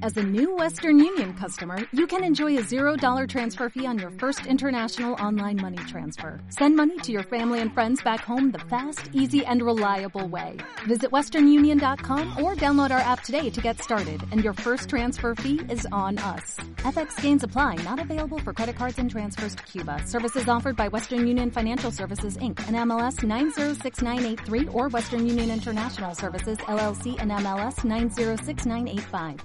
As a new Western Union customer, you can enjoy a $0 transfer fee on your first international online money transfer. Send money to your family and friends back home the fast, easy, and reliable way. Visit westernunion.com or download our app today to get started, and your first transfer fee is on us. FX gains apply, not available for credit cards and transfers to Cuba. Services offered by Western Union Financial Services, Inc., and MLS 906983, or Western Union International Services, LLC, and MLS 906985.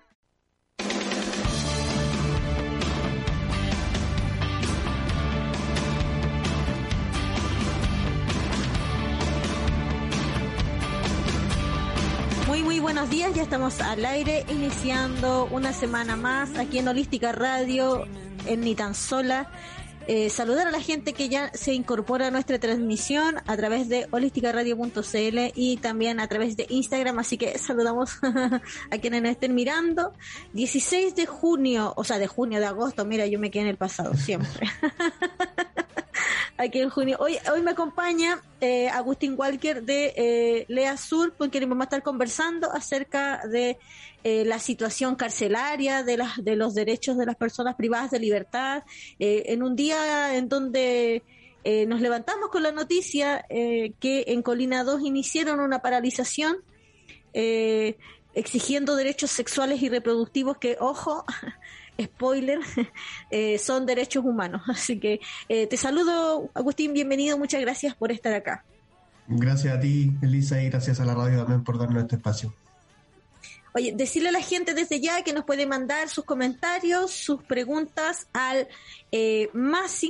Muy buenos días, ya estamos al aire, iniciando una semana más aquí en Holística Radio, en Ni Tan Sola. Saludar a la gente que ya se incorpora a nuestra transmisión a través de holisticaradio.cl y también a través de Instagram, así que saludamos a quienes nos estén mirando. 16 de junio, o sea, de agosto, mira, yo me quedé en el pasado siempre. Aquí en junio. Hoy me acompaña Agustín Walker de Lea Sur, con quien vamos a estar conversando acerca de la situación carcelaria, de los derechos de las personas privadas de libertad, en un día en donde nos levantamos con la noticia que en Colina 2 iniciaron una paralización exigiendo derechos sexuales y reproductivos que, ojo, spoiler, son derechos humanos. Así que te saludo, Agustín, bienvenido, muchas gracias por estar acá. Gracias a ti, Elisa, y gracias a la radio también por darnos este espacio. Oye, decirle a la gente desde ya que nos puede mandar sus comentarios, sus preguntas al más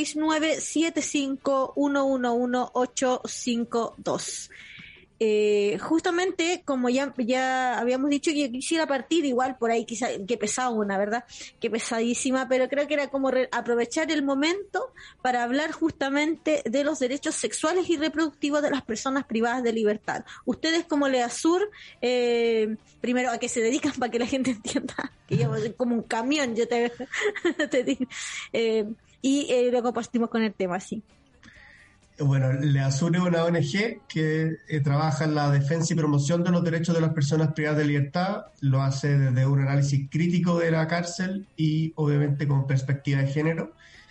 569-75-111-852. Justamente, como ya habíamos dicho, que yo quisiera partir igual por ahí, quizá, que pesada una, ¿verdad? Que pesadísima, pero creo que era como aprovechar el momento para hablar justamente de los derechos sexuales y reproductivos de las personas privadas de libertad. Ustedes como Lea Sur, primero, ¿a qué se dedican para que la gente entienda? Que yo como un camión, yo te digo. Y luego partimos con el tema, sí. Bueno, Lea Sur es una ONG que trabaja en la defensa y promoción de los derechos de las personas privadas de libertad. Lo hace desde un análisis crítico de la cárcel y obviamente con perspectiva de género.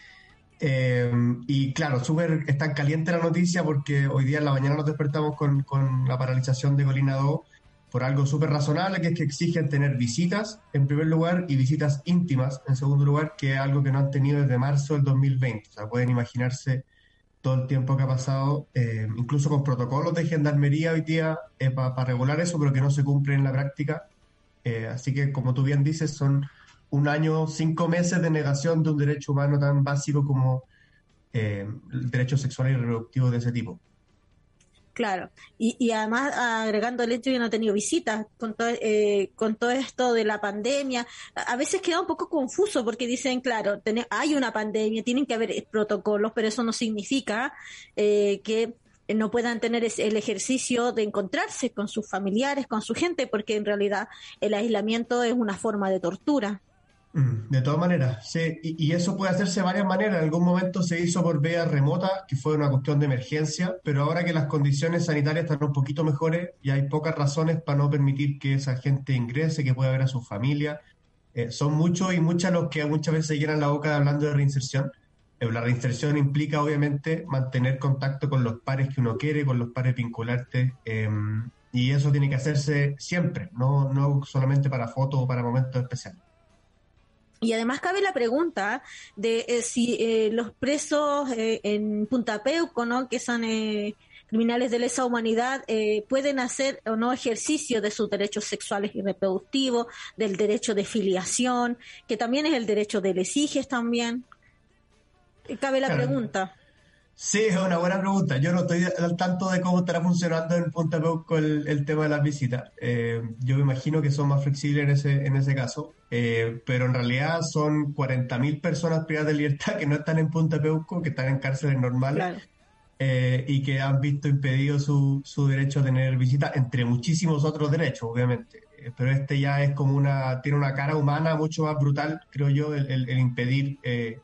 Y claro, es tan caliente la noticia porque hoy día en la mañana nos despertamos con la paralización de Colina 2 por algo súper razonable, que es que exigen tener visitas en primer lugar y visitas íntimas en segundo lugar, que es algo que no han tenido desde marzo del 2020. O sea, pueden imaginarse todo el tiempo que ha pasado, incluso con protocolos de gendarmería hoy día para regular eso, pero que no se cumplen en la práctica. Así que, como tú bien dices, son 1 año, 5 meses de negación de un derecho humano tan básico como el derecho sexual y reproductivo de ese tipo. Claro, y además agregando el hecho de que no he tenido visitas con todo esto de la pandemia, a veces queda un poco confuso porque dicen, claro, hay una pandemia, tienen que haber protocolos, pero eso no significa que no puedan tener el ejercicio de encontrarse con sus familiares, con su gente, porque en realidad el aislamiento es una forma de tortura. De todas maneras, sí, y eso puede hacerse de varias maneras. En algún momento se hizo por vía remota, que fue una cuestión de emergencia, pero ahora que las condiciones sanitarias están un poquito mejores y hay pocas razones para no permitir que esa gente ingrese, que pueda ver a su familia. Son muchos y muchas los que muchas veces se llenan la boca hablando de reinserción. La reinserción implica obviamente mantener contacto con los pares que uno quiere, con los pares vinculantes, y eso tiene que hacerse siempre, no solamente para fotos o para momentos especiales. Y además cabe la pregunta de si los presos en Punta Peuco, ¿no?, que son criminales de lesa humanidad, pueden hacer o no ejercicio de sus derechos sexuales y reproductivos, del derecho de filiación, que también es el derecho de les hijes también. Cabe la pregunta. Sí, es una buena pregunta. Yo no estoy al tanto de cómo estará funcionando en Punta Peuco el tema de las visitas. Yo me imagino que son más flexibles en ese caso, pero en realidad son 40.000 personas privadas de libertad que no están en Punta Peuco, que están en cárceles normales, claro. Y que han visto impedido su derecho a tener visitas, entre muchísimos otros derechos, obviamente. Pero este ya es como tiene una cara humana mucho más brutal, creo yo, el impedir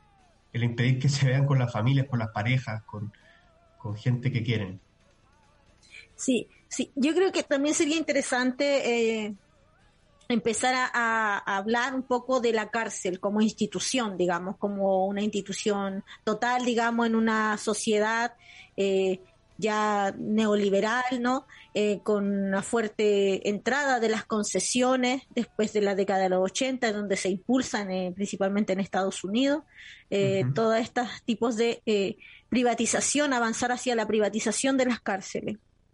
que se vean con las familias, con las parejas, con gente que quieren. Sí, yo creo que también sería interesante empezar a hablar un poco de la cárcel como institución, digamos, como una institución total, digamos, en una sociedad ya neoliberal, ¿no? Con una fuerte entrada de las concesiones después de la década de los 80, donde se impulsan principalmente en Estados Unidos, todos estos tipos de privatización, avanzar hacia la privatización de las cárceles.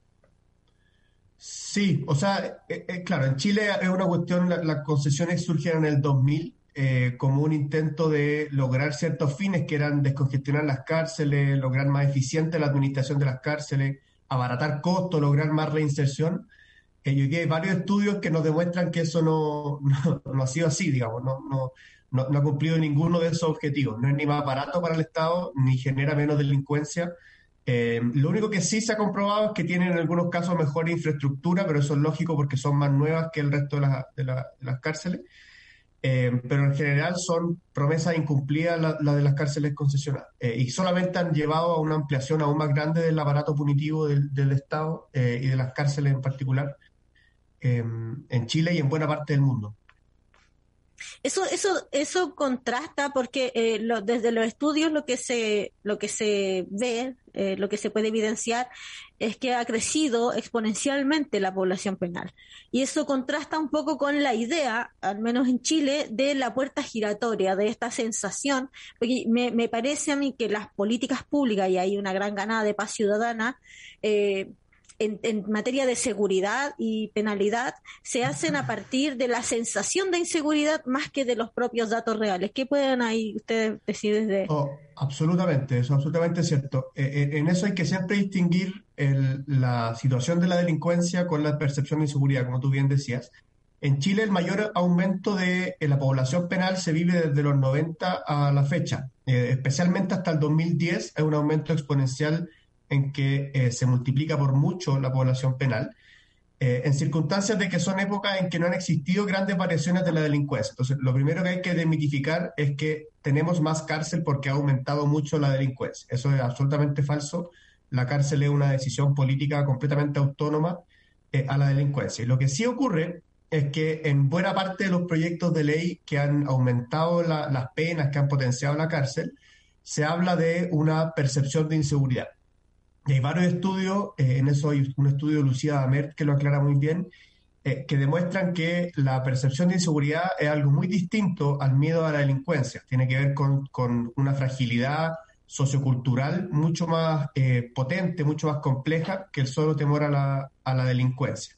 Sí, o sea, claro, en Chile es una cuestión, las concesiones surgieron en el 2000 como un intento de lograr ciertos fines que eran descongestionar las cárceles, lograr más eficiente la administración de las cárceles, abaratar costos, lograr más reinserción. Y hoy día hay varios estudios que nos demuestran que eso no ha sido así, digamos, no ha cumplido ninguno de esos objetivos. No es ni más barato para el Estado, ni genera menos delincuencia. Lo único que sí se ha comprobado es que tienen en algunos casos mejor infraestructura, pero eso es lógico porque son más nuevas que el resto de las cárceles. Pero en general son promesas incumplidas la de las cárceles concesionadas. Y solamente han llevado a una ampliación aún más grande del aparato punitivo del Estado y de las cárceles en particular en Chile y en buena parte del mundo. Eso contrasta porque desde los estudios lo que se ve, lo que se puede evidenciar es que ha crecido exponencialmente la población penal. Y eso contrasta un poco con la idea, al menos en Chile, de la puerta giratoria, de esta sensación, porque me parece a mí que las políticas públicas, y hay una gran ganada de paz ciudadana, en materia de seguridad y penalidad se hacen a partir de la sensación de inseguridad más que de los propios datos reales. ¿Qué pueden ahí ustedes decir desde...? Absolutamente, eso es absolutamente cierto. En eso hay que siempre distinguir la situación de la delincuencia con la percepción de inseguridad, como tú bien decías. En Chile el mayor aumento de la población penal se vive desde los 90 a la fecha, especialmente hasta el 2010 hay un aumento exponencial en que se multiplica por mucho la población penal, en circunstancias de que son épocas en que no han existido grandes variaciones de la delincuencia. Entonces, lo primero que hay que desmitificar es que tenemos más cárcel porque ha aumentado mucho la delincuencia. Eso es absolutamente falso. La cárcel es una decisión política completamente autónoma a la delincuencia. Y lo que sí ocurre es que en buena parte de los proyectos de ley que han aumentado las penas, que han potenciado la cárcel, se habla de una percepción de inseguridad. Y hay varios estudios, en eso hay un estudio de Lucía Damert que lo aclara muy bien, que demuestran que la percepción de inseguridad es algo muy distinto al miedo a la delincuencia. Tiene que ver con una fragilidad sociocultural mucho más potente, mucho más compleja que el solo temor a la delincuencia.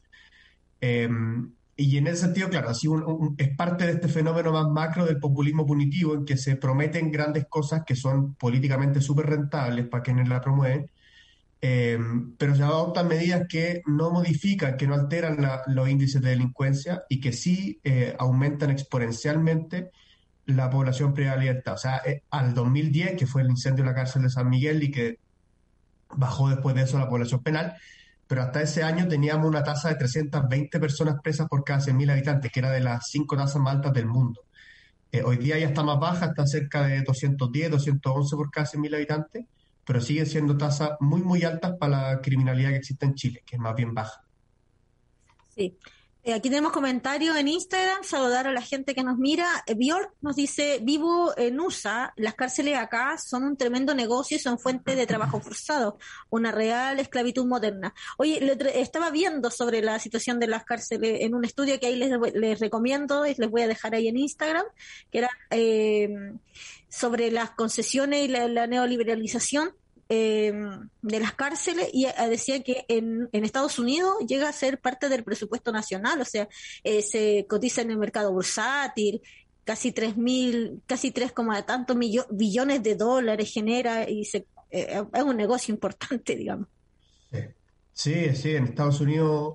Y en ese sentido, claro, así es parte de este fenómeno más macro del populismo punitivo en que se prometen grandes cosas que son políticamente súper rentables para quienes la promueven, pero se adoptan medidas que no modifican, que no alteran los índices de delincuencia y que sí aumentan exponencialmente la población privada de libertad. O sea, al 2010, que fue el incendio de la cárcel de San Miguel y que bajó después de eso la población penal, pero hasta ese año teníamos una tasa de 320 personas presas por cada 100.000 habitantes, que era de las 5 tasas más altas del mundo. Hoy día ya está más baja, está cerca de 210, 211 por cada 100.000 habitantes, pero siguen siendo tasas muy, muy altas para la criminalidad que existe en Chile, que es más bien baja. Sí. Aquí tenemos comentarios en Instagram, saludar a la gente que nos mira. Bjork nos dice, vivo en USA, las cárceles acá son un tremendo negocio y son fuente de trabajo forzado, una real esclavitud moderna. Oye, estaba viendo sobre la situación de las cárceles en un estudio que ahí les recomiendo y les voy a dejar ahí en Instagram, que era sobre las concesiones y la neoliberalización de las cárceles, y decía que en Estados Unidos llega a ser parte del presupuesto nacional, o sea, se cotiza en el mercado bursátil, casi 3 tantos billones de dólares genera, y es un negocio importante, digamos. Sí, en Estados Unidos,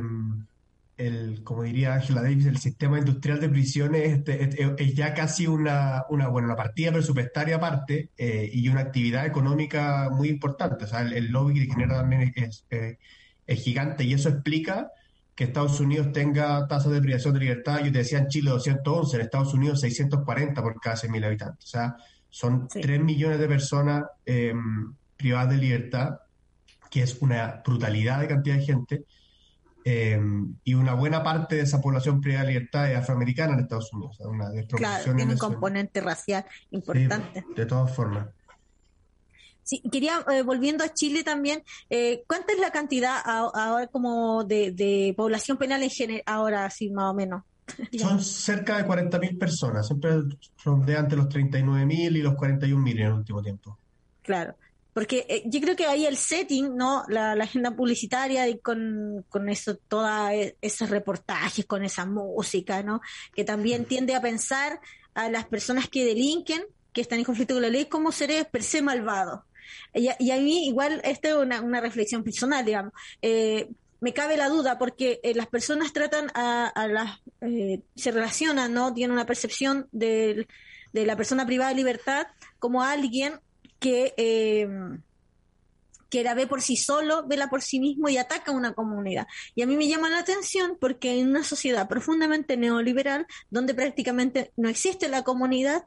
como diría Angela Davis, el sistema industrial de prisiones es ya casi una partida presupuestaria aparte y una actividad económica muy importante. O sea, el lobby que genera también es gigante, y eso explica que Estados Unidos tenga tasas de privación de libertad. Yo te decía en Chile 211, en Estados Unidos 640 por cada 100.000 habitantes. O sea, son 3 millones de personas privadas de libertad, que es una brutalidad de cantidad de gente. y una buena parte de esa población privada de libertad es afroamericana en Estados Unidos, o sea, una Claro, desproporción tiene en un eso. componente racial Sí, importante. de todas formas. Sí, quería, volviendo a Chile también, ¿cuánta es la cantidad ahora como de población penal en general, ahora sí, más o menos? Son Digamos, cerca de 40.000 personas, siempre rondean entre los 39.000 y los 41.000 en el último tiempo. claro. Porque yo creo que ahí el setting, ¿no? La agenda publicitaria y con eso, todos esos reportajes, con esa música, ¿no? Que también tiende a pensar a las personas que delinquen, que están en conflicto con la ley, como seres per se malvados. Y a mí, igual, esta es una reflexión personal, digamos. Me cabe la duda porque las personas tratan se relacionan, ¿no? Tienen una percepción de la persona privada de libertad como alguien que que la ve por sí solo, vela por sí mismo y ataca a una comunidad. Y a mí me llama la atención porque en una sociedad profundamente neoliberal, donde prácticamente no existe la comunidad,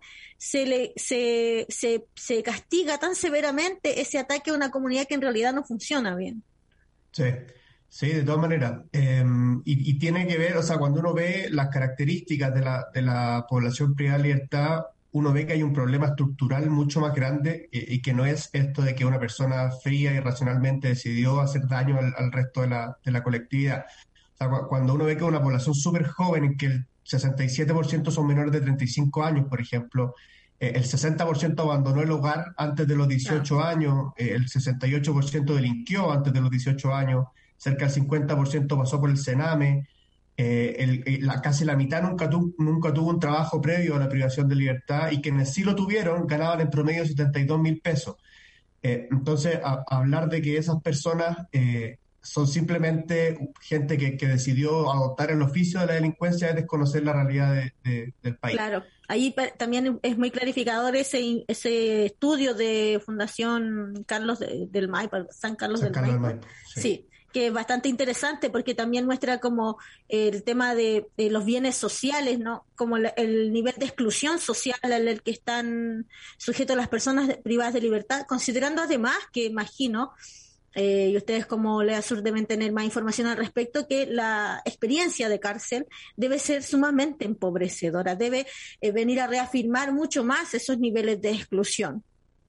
se castiga tan severamente ese ataque a una comunidad que en realidad no funciona bien. Sí, sí, de todas maneras. Y tiene que ver, o sea, cuando uno ve las características de la población privada de libertad, uno ve que hay un problema estructural mucho más grande y que no es esto de que una persona fría y racionalmente decidió hacer daño al resto de la colectividad. O sea, cuando uno ve que una población súper joven, en que el 67% son menores de 35 años, por ejemplo, el 60% abandonó el hogar antes de los Claro. 18 años, el 68% delinquió antes de los 18 años, cerca del 50% pasó por el Sename, casi la mitad nunca tuvo un trabajo previo a la privación de libertad y quienes sí lo tuvieron ganaban en promedio 72.000 pesos. Entonces, hablar de que esas personas son simplemente gente que decidió adoptar el oficio de la delincuencia es desconocer la realidad del país. Claro, ahí también es muy clarificador ese estudio de Fundación del Maipo, San Carlos San del Carlos del Maipo, Maipo, sí. sí, que es bastante interesante porque también muestra como el tema de los bienes sociales, ¿no? Como el nivel de exclusión social al que están sujetos las personas privadas de libertad, considerando además que imagino y ustedes como Lea Sur deben tener más información al respecto, que la experiencia de cárcel debe ser sumamente empobrecedora, debe venir a reafirmar mucho más esos niveles de exclusión.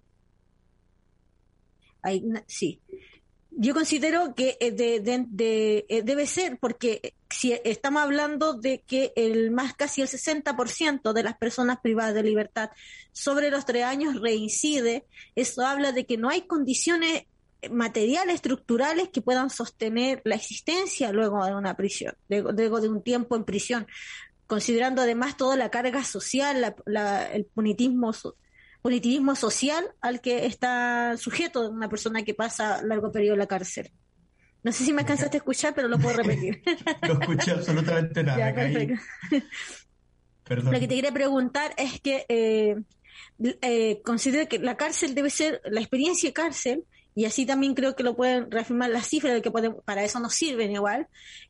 Sí. Yo considero que debe ser, porque si estamos hablando de que casi el 60% de las personas privadas de libertad sobre los 3 años reincide, eso habla de que no hay condiciones materiales, estructurales que puedan sostener la existencia luego de una prisión, luego de un tiempo en prisión, considerando además toda la carga social, el punitivismo social al que está sujeto una persona que pasa largo periodo en la cárcel. No sé si me alcanzaste a escuchar, pero lo puedo repetir. No escuché absolutamente nada, Ya, me caí. perfecto. Perdón. Lo que te quería preguntar es que considero que la cárcel debe ser, la experiencia de cárcel, y así también creo que lo pueden reafirmar las cifras, de que para eso nos sirven igual,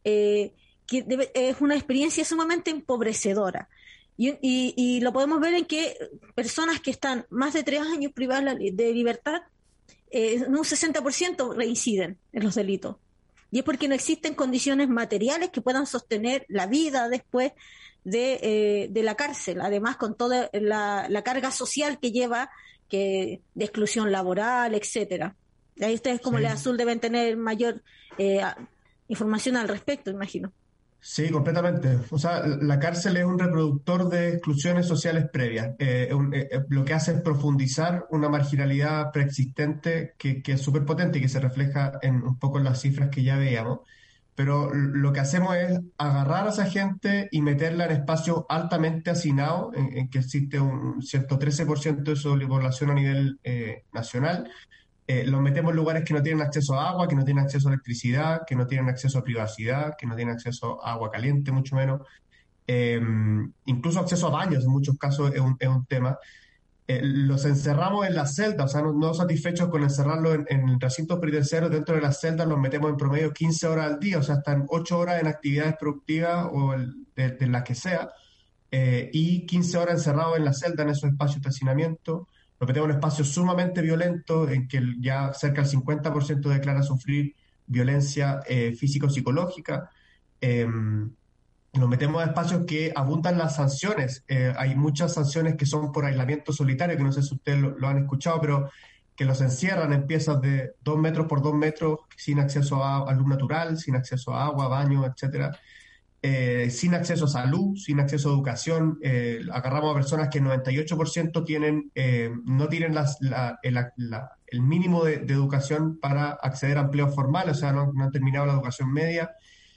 es una experiencia sumamente empobrecedora. Y lo podemos ver en que personas que están más de 3 años privadas de libertad, en un 60% reinciden en los delitos. Y es porque no existen condiciones materiales que puedan sostener la vida después de la cárcel, además con toda la carga social que lleva, de exclusión laboral, etcétera. Y ahí ustedes como Sí. Lea Azul deben tener mayor información al respecto, imagino. Sí, completamente. O sea, la cárcel es un reproductor de exclusiones sociales previas. Lo que hace es profundizar una marginalidad preexistente que es súper potente y que se refleja un poco en las cifras que ya veíamos. Pero lo que hacemos es agarrar a esa gente y meterla en espacios altamente hacinados, en que existe un cierto 13% de sobrepoblación a nivel nacional. Los metemos en lugares que no tienen acceso a agua, que no tienen acceso a electricidad, que no tienen acceso a privacidad, que no tienen acceso a agua caliente, mucho menos. Incluso acceso a baños, en muchos casos es un tema. Los encerramos en las celdas, o sea, no satisfechos con encerrarlos en recintos penitenciarios, dentro de las celdas los metemos en promedio 15 horas al día, o sea, están 8 horas en actividades productivas o de las que sea, y 15 horas encerrados en la celda, en esos espacios de hacinamiento. Nos metemos en espacios sumamente violentos, en que ya cerca del 50% declara sufrir violencia físico-psicológica. Nos metemos a espacios que abundan las sanciones. Hay muchas sanciones que son por aislamiento solitario, que no sé si ustedes lo han escuchado, pero que los encierran en piezas de 2 metros por 2 metros, sin acceso a luz natural, sin acceso a agua, baño, etcétera. Sin acceso a salud, sin acceso a educación. Agarramos a personas que el 98% no tienen el mínimo de educación para acceder a empleos formales, o sea, no han terminado la educación media.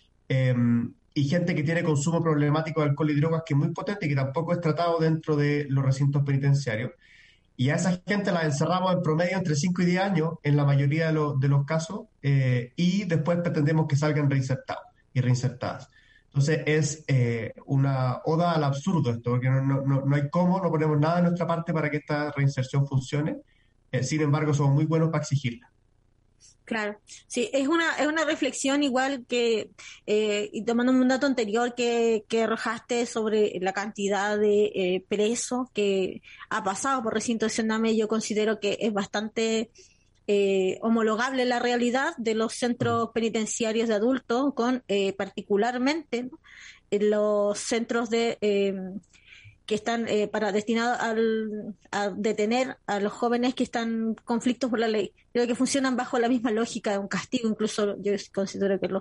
Y gente que tiene consumo problemático de alcohol y drogas, que es muy potente y que tampoco es tratado dentro de los recintos penitenciarios. Y a esa gente la encerramos en promedio entre 5 y 10 años en la mayoría de los casos, y después pretendemos que salgan reinsertados y reinsertadas. Entonces es una oda al absurdo esto, porque no hay cómo, no ponemos nada de nuestra parte para que esta reinserción funcione. Sin embargo, somos muy buenos para exigirla. Claro, sí, es una reflexión igual que, y tomando un dato anterior que arrojaste sobre la cantidad de presos que ha pasado por recinto de Sename, yo considero que es bastante homologable la realidad de los centros penitenciarios de adultos con particularmente, ¿no?, en los centros de que están destinados a detener a los jóvenes que están en conflictos por la ley. Creo que funcionan bajo la misma lógica de un castigo. Incluso yo considero que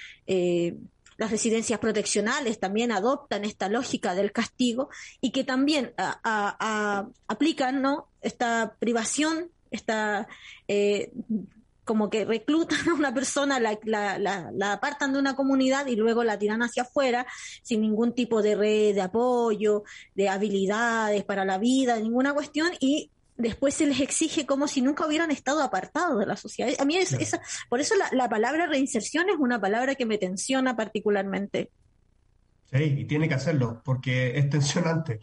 las residencias proteccionales también adoptan esta lógica del castigo y que también aplican, ¿no?, esta privación, esta como que reclutan a una persona, la apartan de una comunidad y luego la tiran hacia afuera sin ningún tipo de red de apoyo, de habilidades para la vida, ninguna cuestión, y después se les exige como si nunca hubieran estado apartados de la sociedad. A mí por eso la palabra reinserción es una palabra que me tensiona particularmente. Sí, y tiene que hacerlo, porque es tensionante.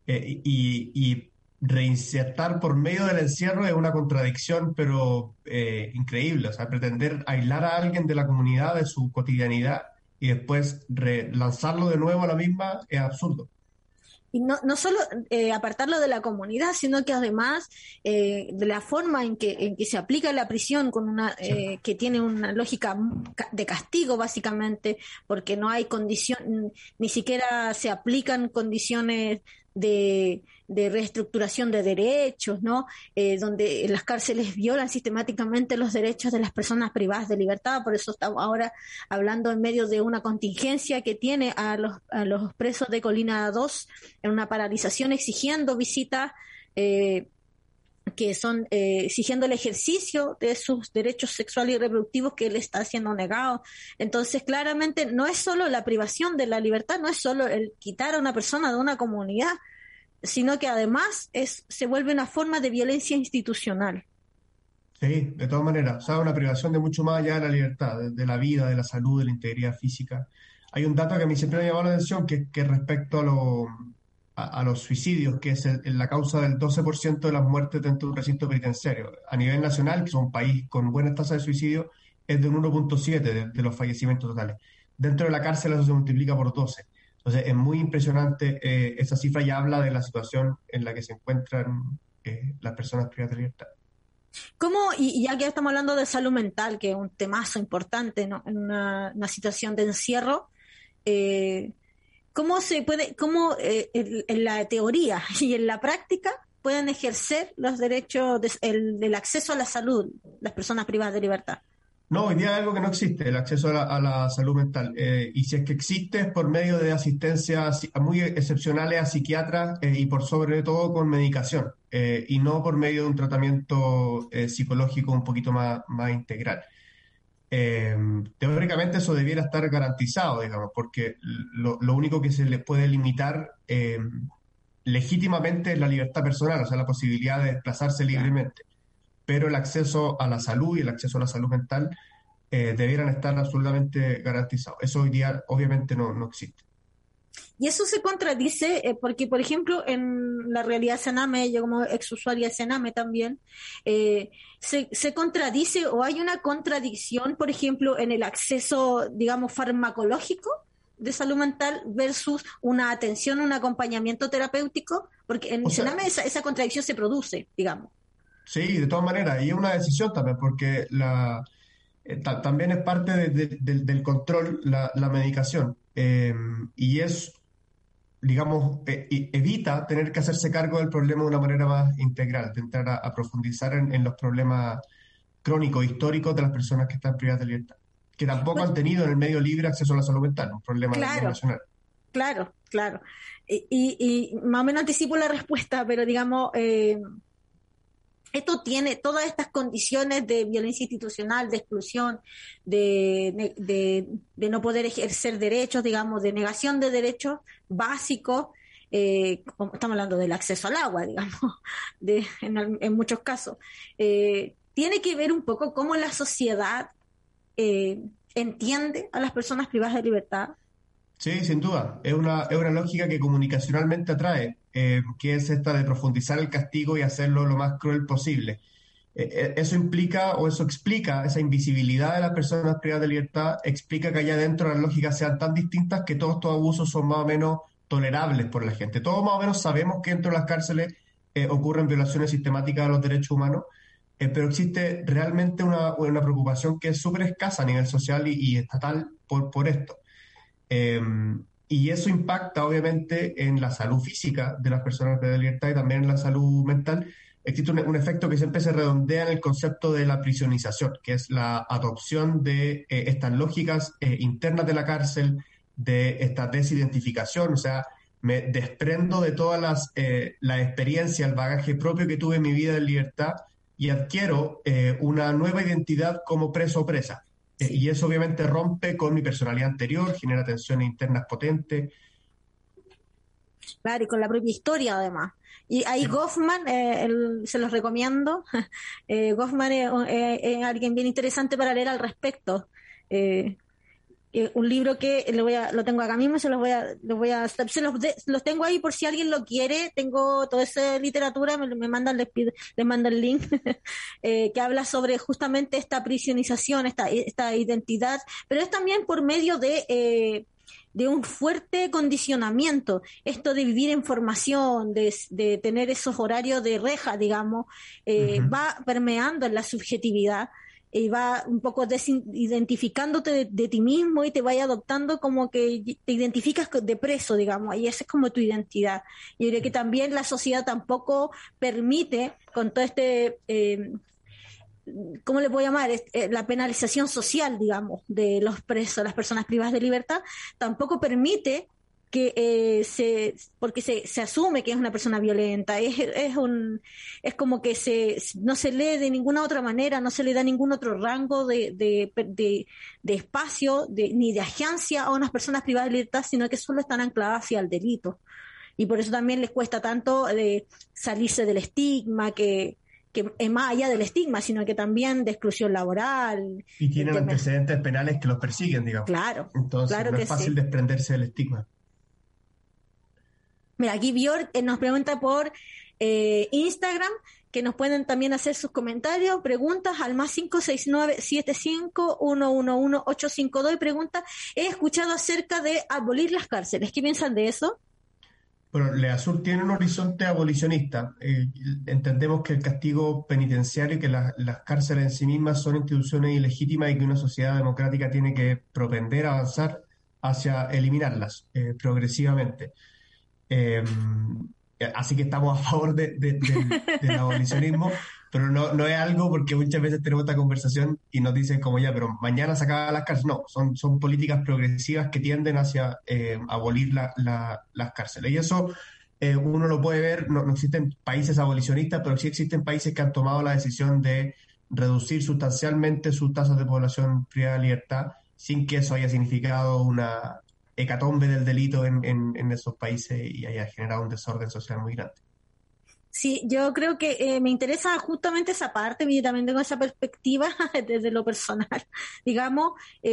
Y reinsertar por medio del encierro es una contradicción, pero increíble. O sea, pretender aislar a alguien de la comunidad, de su cotidianidad, y después lanzarlo de nuevo a la misma es absurdo. Y no solo apartarlo de la comunidad, sino que además de la forma en que se aplica la prisión con que tiene una lógica de castigo básicamente, porque no hay condición, ni siquiera se aplican condiciones de reestructuración de derechos, ¿no? Donde las cárceles violan sistemáticamente los derechos de las personas privadas de libertad. Por eso estamos ahora hablando en medio de una contingencia que tiene a los presos de Colina 2 en una paralización, exigiendo visitas que son exigiendo el ejercicio de sus derechos sexuales y reproductivos que le está siendo negado. Entonces, claramente, no es solo la privación de la libertad, no es solo el quitar a una persona de una comunidad, sino que además se vuelve una forma de violencia institucional. Sí, de todas maneras. O sea, una privación de mucho más allá de la libertad, de la vida, de la salud, de la integridad física. Hay un dato que a mí siempre me ha llamado la atención, que respecto a los suicidios, que es la causa del 12% de las muertes dentro de un recinto penitenciario. A nivel nacional, que es un país con buenas tasas de suicidio, es de un 1.7 de los fallecimientos totales. Dentro de la cárcel eso se multiplica por 12. Entonces es muy impresionante. Esa cifra ya habla de la situación en la que se encuentran las personas privadas de libertad. ¿Cómo, y ya que estamos hablando de salud mental, que es un temazo importante, ¿no?, en una situación de encierro, ¿cómo en la teoría y en la práctica pueden ejercer los derechos del acceso a la salud las personas privadas de libertad? No, hoy día es algo que no existe, el acceso a la salud mental. Y si es que existe, es por medio de asistencias muy excepcionales a psiquiatras y por sobre todo con medicación, y no por medio de un tratamiento psicológico un poquito más integral. Teóricamente eso debiera estar garantizado, digamos, porque lo único que se le puede limitar legítimamente es la libertad personal, o sea, la posibilidad de desplazarse libremente. Pero el acceso a la salud y el acceso a la salud mental debieran estar absolutamente garantizados. Eso hoy día obviamente no existe. Y eso se contradice porque, por ejemplo, en la realidad Sename, yo como exusuaria de Sename también, se contradice o hay una contradicción, por ejemplo, en el acceso, digamos, farmacológico de salud mental versus una atención, un acompañamiento terapéutico, porque en Sename esa contradicción se produce, digamos. Sí, de todas maneras, y es una decisión también, porque También es parte del control la medicación, y es, digamos, evita tener que hacerse cargo del problema de una manera más integral, de entrar a profundizar en los problemas crónicos, históricos de las personas que están privadas de libertad, que tampoco Pues, han tenido en el medio libre acceso a la salud mental, un problema a nivel claro, nacional. claro, claro. Y más o menos anticipo la respuesta, pero digamos, esto tiene todas estas condiciones de violencia institucional, de exclusión, de no poder ejercer derechos, digamos, de negación de derechos básicos. Como estamos hablando del acceso al agua, digamos, en muchos casos. Tiene que ver un poco cómo la sociedad entiende a las personas privadas de libertad. Sí, sin duda. Es una lógica que comunicacionalmente atrae, que es esta de profundizar el castigo y hacerlo lo más cruel posible. Eso implica o eso explica esa invisibilidad de las personas privadas de libertad, explica que allá adentro las lógicas sean tan distintas que todos estos abusos son más o menos tolerables por la gente. Todos más o menos sabemos que dentro de las cárceles ocurren violaciones sistemáticas de los derechos humanos, pero existe realmente una preocupación que es súper escasa a nivel social y estatal por esto. Eh, y eso impacta obviamente en la salud física de las personas de libertad y también en la salud mental. Existe un efecto que siempre se redondea en el concepto de la prisionización, que es la adopción de estas lógicas internas de la cárcel, de esta desidentificación, o sea, me desprendo de todas la experiencia, el bagaje propio que tuve en mi vida en libertad y adquiero una nueva identidad como preso o presa. Sí. Y eso obviamente rompe con mi personalidad anterior, genera tensiones internas potentes. Claro, y con la propia historia además. Y ahí Sí. Goffman, se los recomiendo. Goffman es alguien bien interesante para leer al respecto. Eh, un libro que lo tengo acá mismo, los tengo ahí por si alguien lo quiere. Tengo toda esa literatura, me mandan, les mando el link, que habla sobre justamente esta prisionización, esta identidad, pero es también por medio de un fuerte condicionamiento, esto de vivir en formación, de tener esos horarios de reja, digamos, Ujú. va permeando en la subjetividad y va un poco desidentificándote de ti mismo y te va adoptando como que te identificas de preso, digamos, y esa es como tu identidad. Yo creo que también la sociedad tampoco permite, con todo ¿cómo le puedo llamar? La penalización social, digamos, de los presos, las personas privadas de libertad, tampoco permite que porque se asume que es una persona violenta, es como que no se lee de ninguna otra manera, no se le da ningún otro rango de espacio, ni de agencia a unas personas privadas de libertad, sino que solo están ancladas hacia el delito. Y por eso también les cuesta tanto salirse del estigma, que es más allá del estigma, sino que también de exclusión laboral, Y el tienen tema. antecedentes penales que los persiguen, digamos. Claro, Entonces claro no es que fácil sí. desprenderse del estigma. Mira, aquí Bjork nos pregunta por Instagram, que nos pueden también hacer sus comentarios, preguntas al más 569-75-111-852 y pregunta, he escuchado acerca de abolir las cárceles. ¿Qué piensan de eso? Bueno, Leasur tiene un horizonte abolicionista. Entendemos que el castigo penitenciario y que las cárceles en sí mismas son instituciones ilegítimas y que una sociedad democrática tiene que propender a avanzar hacia eliminarlas progresivamente. Eh, Así que estamos a favor del abolicionismo, pero no es algo porque muchas veces tenemos esta conversación y nos dicen como ya, pero mañana se acaban las cárceles. No, son políticas progresivas que tienden hacia abolir las cárceles. Y eso uno lo puede ver, no existen países abolicionistas, pero sí existen países que han tomado la decisión de reducir sustancialmente sus tasas de población privada de libertad sin que eso haya significado una hecatombe del delito en esos países y haya generado un desorden social muy grande. Sí, yo creo que me interesa justamente esa parte, yo también tengo esa perspectiva desde lo personal, digamos,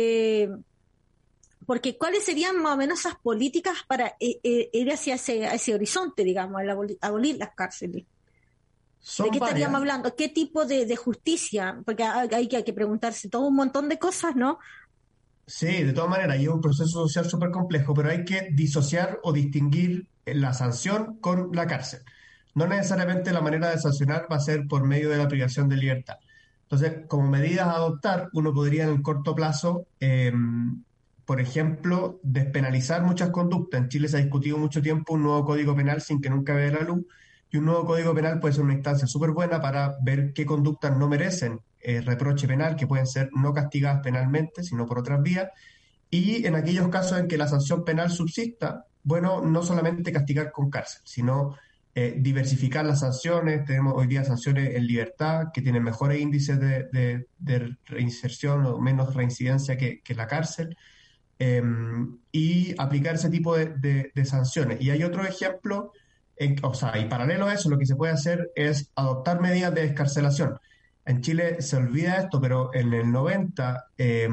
porque ¿cuáles serían más o menos esas políticas para ir hacia ese horizonte, digamos, el abolir las cárceles? ¿De Son qué estaríamos varias. hablando? ¿Qué tipo de justicia? Porque hay que preguntarse todo un montón de cosas, ¿no? Sí, de todas maneras, es un proceso social súper complejo, pero hay que disociar o distinguir la sanción con la cárcel. No necesariamente la manera de sancionar va a ser por medio de la privación de libertad. Entonces, como medidas a adoptar, uno podría en el corto plazo, por ejemplo, despenalizar muchas conductas. En Chile se ha discutido mucho tiempo un nuevo código penal sin que nunca vea la luz, y un nuevo código penal puede ser una instancia súper buena para ver qué conductas no merecen reproche penal, que pueden ser no castigadas penalmente, sino por otras vías, y en aquellos casos en que la sanción penal subsista, bueno, no solamente castigar con cárcel, sino diversificar las sanciones. Tenemos hoy día sanciones en libertad que tienen mejores índices de reinserción o menos reincidencia que la cárcel, eh, y aplicar ese tipo de sanciones. Y hay otro ejemplo, o sea, y paralelo a eso, lo que se puede hacer es adoptar medidas de descarcelación. En Chile se olvida esto, pero en el 90,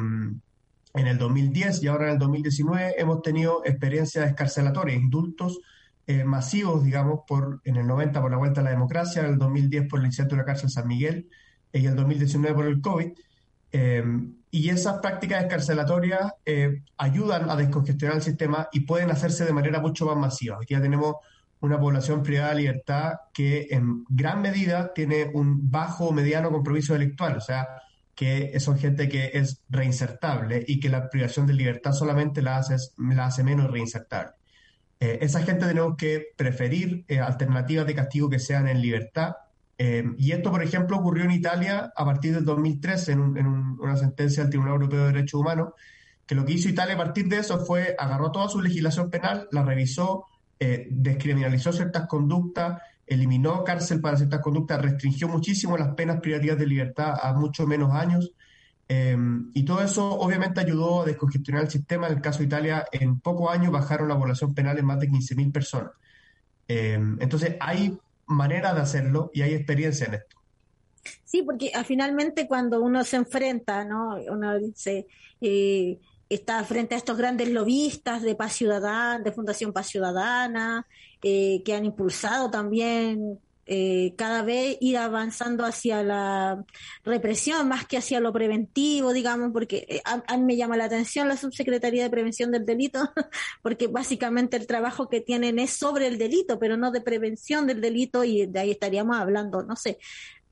en el 2010 y ahora en el 2019 hemos tenido experiencias escarcelatorias, indultos masivos, digamos, en el 90 por la vuelta a la democracia, en el 2010 por el incendio de la cárcel San Miguel y el 2019 por el COVID. Eh, y esas prácticas escarcelatorias ayudan a descongestionar el sistema y pueden hacerse de manera mucho más masiva. Hoy día tenemos una población privada de libertad que en gran medida tiene un bajo o mediano compromiso delictual, o sea, que son gente que es reinsertable y que la privación de libertad solamente la hace menos reinsertable. Esa gente tenemos que preferir alternativas de castigo que sean en libertad. Y esto, por ejemplo, ocurrió en Italia a partir del 2013 una sentencia del Tribunal Europeo de Derechos Humanos, que lo que hizo Italia a partir de eso fue agarró toda su legislación penal, la revisó, descriminalizó ciertas conductas, eliminó cárcel para ciertas conductas, restringió muchísimo las penas privativas de libertad a mucho menos años. Y todo eso obviamente ayudó a descongestionar el sistema. En el caso de Italia, en pocos años bajaron la población penal en más de 15.000 personas. Entonces hay maneras de hacerlo y hay experiencia en esto. Sí, porque finalmente cuando uno se enfrenta, ¿no? Uno dice, está frente a estos grandes lobistas de Paz Ciudadana, de Fundación Paz Ciudadana, que han impulsado también cada vez ir avanzando hacia la represión más que hacia lo preventivo, digamos, porque a mí me llama la atención la Subsecretaría de Prevención del Delito, porque básicamente el trabajo que tienen es sobre el delito, pero no de prevención del delito, y de ahí estaríamos hablando, no sé,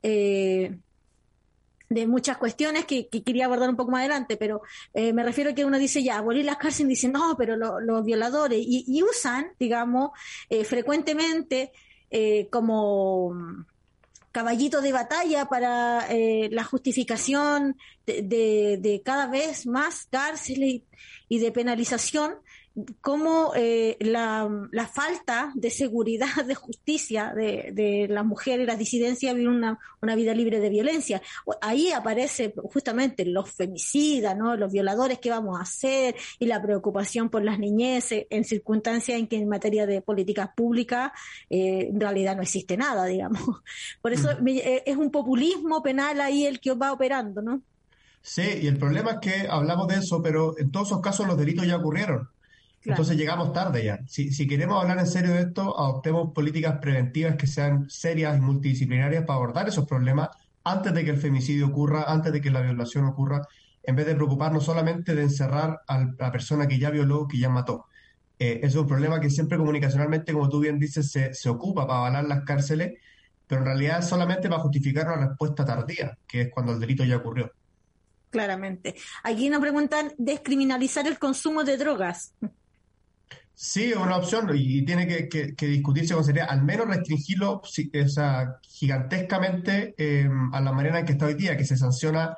de muchas cuestiones que quería abordar un poco más adelante, pero me refiero a que uno dice ya, abolir las cárceles, y dice no, pero los violadores, y usan, digamos, frecuentemente como caballito de batalla para la justificación de cada vez más cárceles y de penalización, como la falta de seguridad, de justicia de las mujeres, las disidencias, vivir una vida libre de violencia. Ahí aparece justamente los femicidas, ¿no? Los violadores, ¿qué vamos a hacer? Y la preocupación por las niñeces en circunstancias en que en materia de políticas públicas en realidad no existe nada, digamos. Por eso es un populismo penal ahí el que va operando, ¿no? Sí, y el problema es que hablamos de eso, pero en todos esos casos los delitos ya ocurrieron. Claro. Entonces llegamos tarde ya. Si queremos hablar en serio de esto, adoptemos políticas preventivas que sean serias y multidisciplinarias para abordar esos problemas antes de que el femicidio ocurra, antes de que la violación ocurra, en vez de preocuparnos solamente de encerrar a la persona que ya violó, que ya mató. Es un problema que siempre comunicacionalmente, como tú bien dices, se ocupa para avalar las cárceles, pero en realidad es solamente para justificar una respuesta tardía, que es cuando el delito ya ocurrió. Claramente. Aquí nos preguntan descriminalizar el consumo de drogas. Sí, es una opción y tiene que discutirse con seriedad, al menos restringirlo o sea, gigantescamente a la manera en que está hoy día, que se sanciona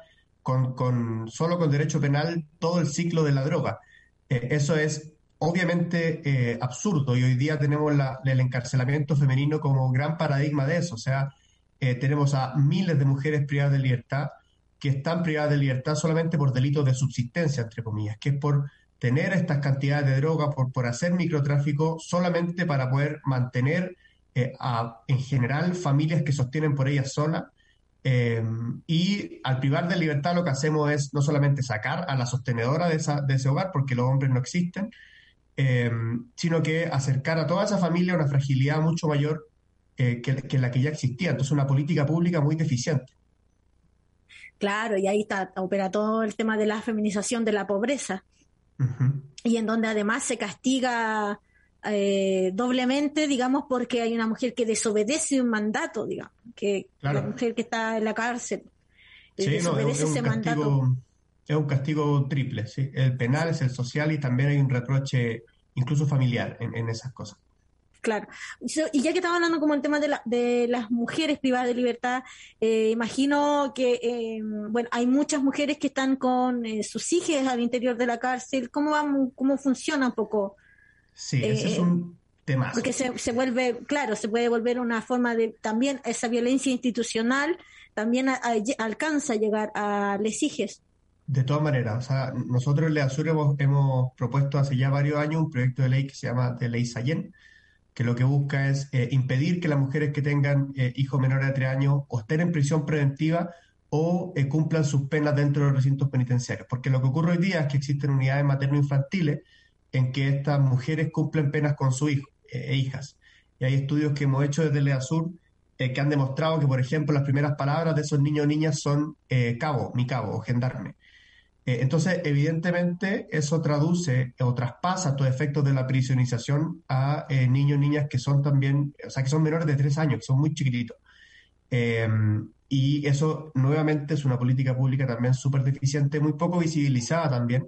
solo con derecho penal todo el ciclo de la droga. Eso es obviamente absurdo, y hoy día tenemos el encarcelamiento femenino como gran paradigma de eso. O sea, tenemos a miles de mujeres privadas de libertad que están privadas de libertad solamente por delitos de subsistencia, entre comillas, que es por tener estas cantidades de droga, por hacer microtráfico, solamente para poder mantener en general familias que sostienen por ellas solas. Y al privar de libertad lo que hacemos es no solamente sacar a la sostenedora de ese hogar, porque los hombres no existen, sino que acercar a toda esa familia a una fragilidad mucho mayor que la que ya existía. Entonces, una política pública muy deficiente. Claro, y ahí opera todo el tema de la feminización de la pobreza. Uh-huh. Y en donde además se castiga doblemente, digamos, porque hay una mujer que desobedece un mandato, digamos, que claro. La mujer que está en la cárcel. Sí, no, desobedece ese mandato. es un castigo triple, sí. El penal es el social y también hay un reproche incluso familiar en esas cosas. Claro. Y ya que estamos hablando como el tema de las mujeres privadas de libertad, imagino que, bueno, hay muchas mujeres que están con sus hijos al interior de la cárcel. ¿Cómo funciona un poco? Sí, ese es Eh, un Porque temazo. se vuelve, claro, se puede volver una forma de, también esa violencia institucional también alcanza a llegar a les hijos. De todas maneras, o sea, nosotros en Leasur hemos propuesto hace ya varios años un proyecto de ley que se llama de Ley Sallén, que lo que busca es impedir que las mujeres que tengan hijos menores de 3 años o estén en prisión preventiva o cumplan sus penas dentro de los recintos penitenciarios. Porque lo que ocurre hoy día es que existen unidades materno-infantiles en que estas mujeres cumplen penas con sus hijos e hijas. Y hay estudios que hemos hecho desde Leasur que han demostrado que, por ejemplo, las primeras palabras de esos niños o niñas son cabo, mi cabo o gendarme. Entonces, evidentemente, eso traduce o traspasa estos efectos de la prisionización a niños y niñas que son también, o sea, que son menores de 3 años, que son muy chiquititos. Eh, y eso, nuevamente, es una política pública también súper deficiente, muy poco visibilizada también,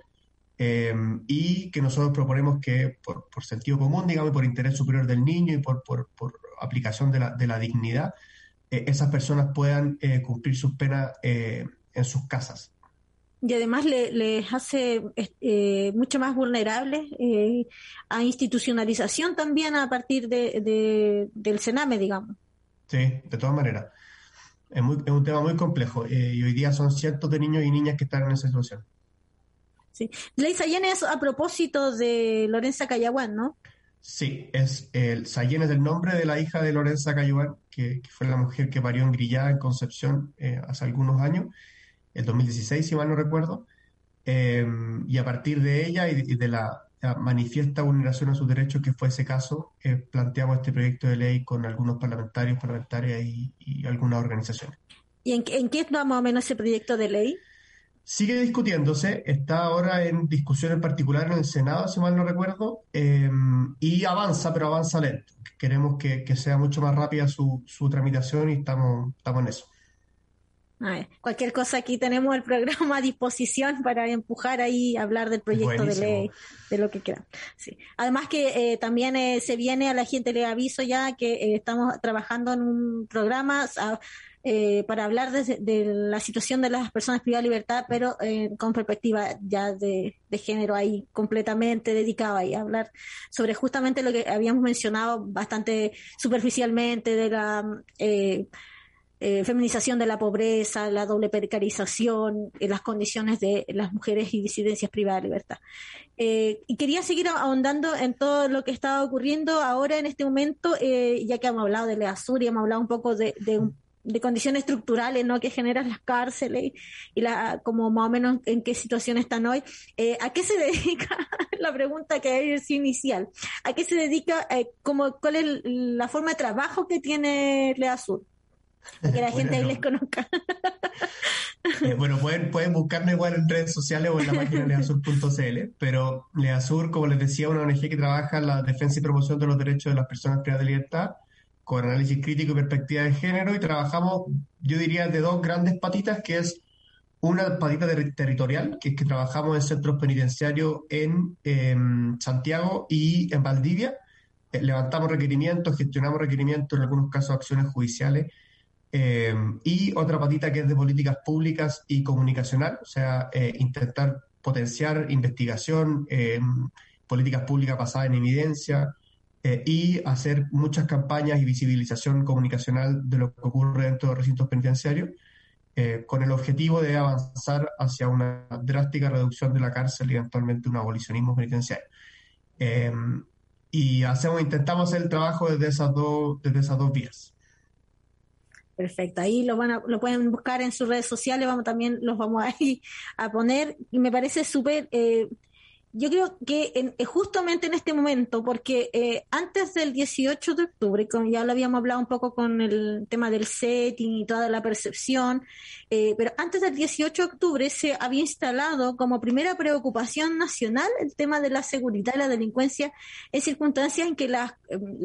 y que nosotros proponemos que, por sentido común, digamos, por interés superior del niño y por aplicación de la dignidad, esas personas puedan cumplir sus penas en sus casas. Y además les hace mucho más vulnerables a institucionalización también a partir del Sename, digamos. Sí, de todas maneras. Es un tema muy complejo y hoy día son cientos de niños y niñas que están en esa situación. Sí. Ley Sayén es a propósito de Lorenza Cayaguán, ¿no? Sí, Sayén es el nombre de la hija de Lorenza Cayuán, que fue la mujer que parió en Grillá, en Concepción, hace algunos años, el 2016, si mal no recuerdo. Y a partir de ella y de la manifiesta vulneración a sus derechos que fue ese caso, planteamos este proyecto de ley con algunos parlamentarios, parlamentarias y algunas organizaciones. ¿Y en qué está más o menos ese proyecto de ley? Sigue discutiéndose, está ahora en discusión en particular en el Senado, si mal no recuerdo, y avanza, pero avanza lento. Queremos que sea mucho más rápida su tramitación y estamos en eso. A ver, cualquier cosa, aquí tenemos el programa a disposición para empujar ahí, hablar del proyecto de Buenísimo. ley, de lo que quieran. Sí. Además que también se viene a la gente, le aviso ya que estamos trabajando en un programa para hablar de la situación de las personas privadas de libertad, pero con perspectiva ya de género ahí completamente dedicado ahí a hablar sobre justamente lo que habíamos mencionado bastante superficialmente de la feminización de la pobreza, la doble precarización, las condiciones de las mujeres y disidencias privadas de libertad. Y quería seguir ahondando en todo lo que está ocurriendo ahora en este momento, ya que hemos hablado de Leasur y hemos hablado un poco de condiciones estructurales, ¿no?, que generan las cárceles como más o menos en qué situación están hoy. ¿A qué se dedica? La pregunta que es inicial. ¿A qué se dedica? ¿Cuál es la forma de trabajo que tiene Leasur? Para que la Buena gente ahí les pregunta. conozca. Bueno, pueden buscarme igual en redes sociales o en la página leasur.cl, pero Leasur, como les decía, es una ONG que trabaja en la defensa y promoción de los derechos de las personas privadas de libertad, con análisis crítico y perspectiva de género, y trabajamos, yo diría, de dos grandes patitas, que es una patita territorial, que es que trabajamos en centros penitenciarios en Santiago y en Valdivia. Levantamos requerimientos, gestionamos requerimientos, en algunos casos acciones judiciales. Y otra patita que es de políticas públicas y comunicacional, o sea, intentar potenciar investigación, políticas públicas basadas en evidencia y hacer muchas campañas y visibilización comunicacional de lo que ocurre dentro de recintos penitenciarios, con el objetivo de avanzar hacia una drástica reducción de la cárcel y eventualmente un abolicionismo penitenciario. Eh, intentamos hacer el trabajo desde esas dos vías. Perfecto, ahí lo pueden buscar en sus redes sociales, también los vamos ahí a poner, y me parece súper, yo creo que justamente en este momento, porque antes del 18 de octubre, como ya lo habíamos hablado un poco con el tema del setting y toda la percepción, pero antes del 18 de octubre se había instalado como primera preocupación nacional el tema de la seguridad y la delincuencia en circunstancias en que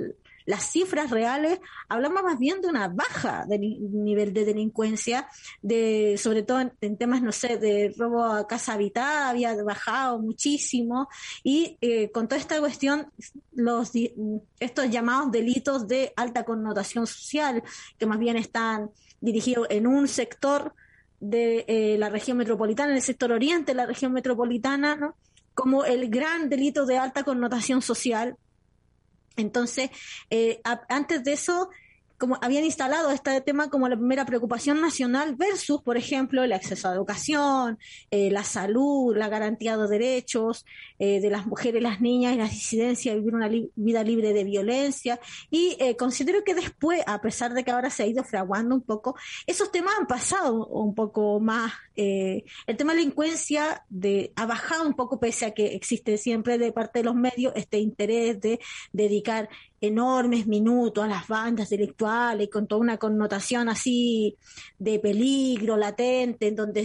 las cifras reales, hablamos más bien de una baja del nivel de delincuencia, sobre todo en temas, no sé, de robo a casa habitada, había bajado muchísimo, y con toda esta cuestión, estos llamados delitos de alta connotación social, que más bien están dirigidos en un sector de la región metropolitana, en el sector oriente de la región metropolitana, ¿no? Como el gran delito de alta connotación social. Entonces, antes de eso, como habían instalado este tema como la primera preocupación nacional versus, por ejemplo, el acceso a educación, la salud, la garantía de derechos de las mujeres, las niñas y las disidencias, vivir una vida libre de violencia. Y considero que después, a pesar de que ahora se ha ido fraguando un poco, esos temas han pasado un poco más. El tema de la delincuencia ha bajado un poco, pese a que existe siempre de parte de los medios este interés de dedicar enormes minutos a las bandas delictuales, con toda una connotación así de peligro latente, en donde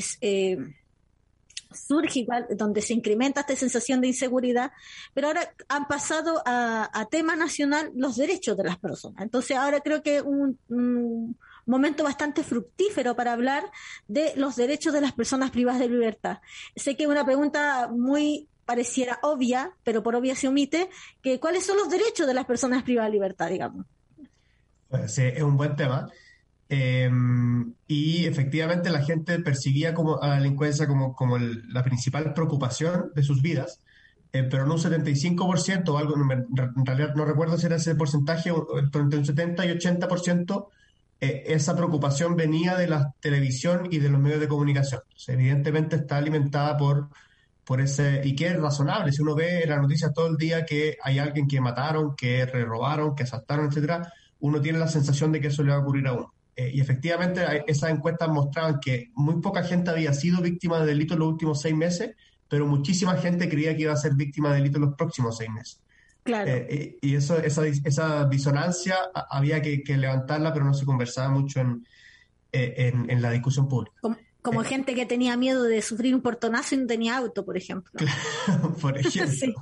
surge igual, donde se incrementa esta sensación de inseguridad, pero ahora han pasado a tema nacional los derechos de las personas. Entonces ahora creo que un momento bastante fructífero para hablar de los derechos de las personas privadas de libertad. Sé que es una pregunta muy pareciera obvia, pero por obvia se omite, que cuáles son los derechos de las personas privadas de libertad, digamos. Pues, sí, es un buen tema. Y efectivamente la gente percibía a la delincuencia como la principal preocupación de sus vidas, pero no un 75% o algo, en realidad no recuerdo si era ese porcentaje, pero entre un 70 y 80%, esa preocupación venía de la televisión y de los medios de comunicación. O sea, evidentemente está alimentada por ese, y que es razonable. Si uno ve en las noticias todo el día que hay alguien que mataron, que robaron, que asaltaron, etcétera, uno tiene la sensación de que eso le va a ocurrir a uno. Y efectivamente esas encuestas mostraban que muy poca gente había sido víctima de delitos en los últimos 6 meses, pero muchísima gente creía que iba a ser víctima de delitos en los próximos 6 meses. Claro. Y esa disonancia había que levantarla, pero no se conversaba mucho en la discusión pública. Como gente que tenía miedo de sufrir un portonazo y no tenía auto, por ejemplo. Claro, por ejemplo. Sí.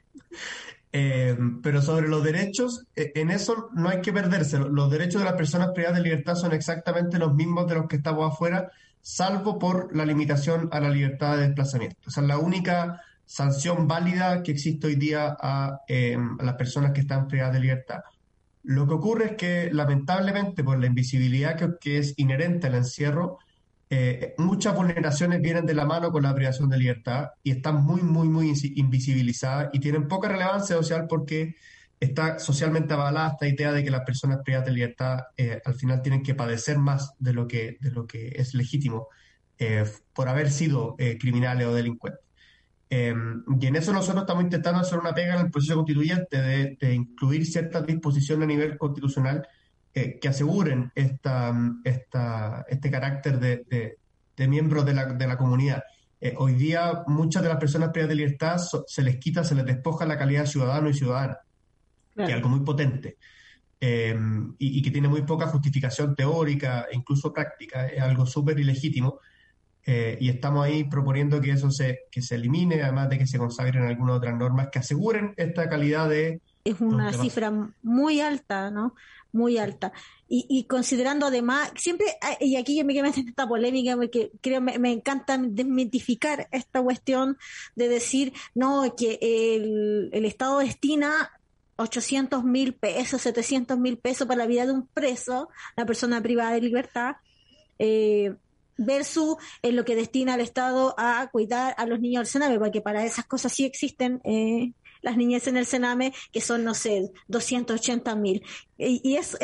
Pero sobre los derechos, en eso no hay que perderse. Los derechos de las personas privadas de libertad son exactamente los mismos de los que estamos afuera, salvo por la limitación a la libertad de desplazamiento. O sea, la única sanción válida que existe hoy día a las personas que están privadas de libertad. Lo que ocurre es que, lamentablemente, por la invisibilidad que es inherente al encierro, muchas vulneraciones vienen de la mano con la privación de libertad y están muy, muy, muy invisibilizadas y tienen poca relevancia social porque está socialmente avalada esta idea de que las personas privadas de libertad al final tienen que padecer más de lo que es legítimo por haber sido criminales o delincuentes. Y en eso nosotros estamos intentando hacer una pega en el proceso constituyente de incluir ciertas disposiciones a nivel constitucional que aseguren este carácter de miembros de la comunidad. Hoy día muchas de las personas privadas de libertad se les despoja la calidad de ciudadano y ciudadana, claro, que es algo muy potente y que tiene muy poca justificación teórica e incluso práctica, es algo súper ilegítimo. Y estamos ahí proponiendo que eso que se elimine, además de que se consagren algunas otras normas que aseguren esta calidad de... Es una cifra muy alta, ¿no? Muy alta. Y considerando además, siempre, y aquí yo me quedo en esta polémica, porque creo me encanta desmitificar esta cuestión de decir, no, que el Estado destina 800.000 pesos, 700.000 pesos para la vida de un preso, una persona privada de libertad, versus en lo que destina el Estado a cuidar a los niños del Sename, porque para esas cosas sí existen las niñez en el Sename, que son, no sé, 280.000. Y eso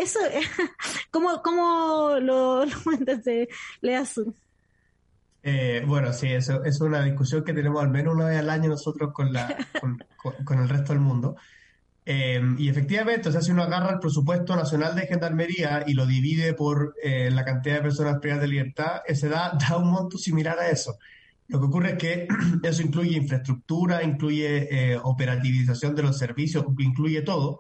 ¿cómo lo desde Leazú? Bueno, sí, eso es una discusión que tenemos al menos una vez al año nosotros con el resto del mundo. Y efectivamente, o sea, si uno agarra el presupuesto nacional de Gendarmería y lo divide por la cantidad de personas privadas de libertad, ese da un monto similar a eso. Lo que ocurre es que eso incluye infraestructura, incluye operativización de los servicios, incluye todo,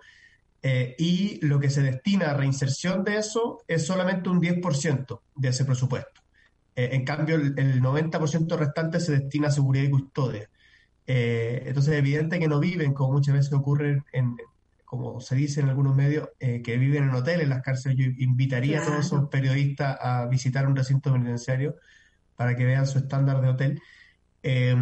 y lo que se destina a reinserción de eso es solamente un 10% de ese presupuesto. En cambio, el 90% restante se destina a seguridad y custodia. Entonces es evidente que no viven, como muchas veces ocurre como se dice en algunos medios, que viven en hoteles en las cárceles. Yo invitaría a todos esos Claro. periodistas a visitar un recinto penitenciario para que vean su estándar de hotel. Eh,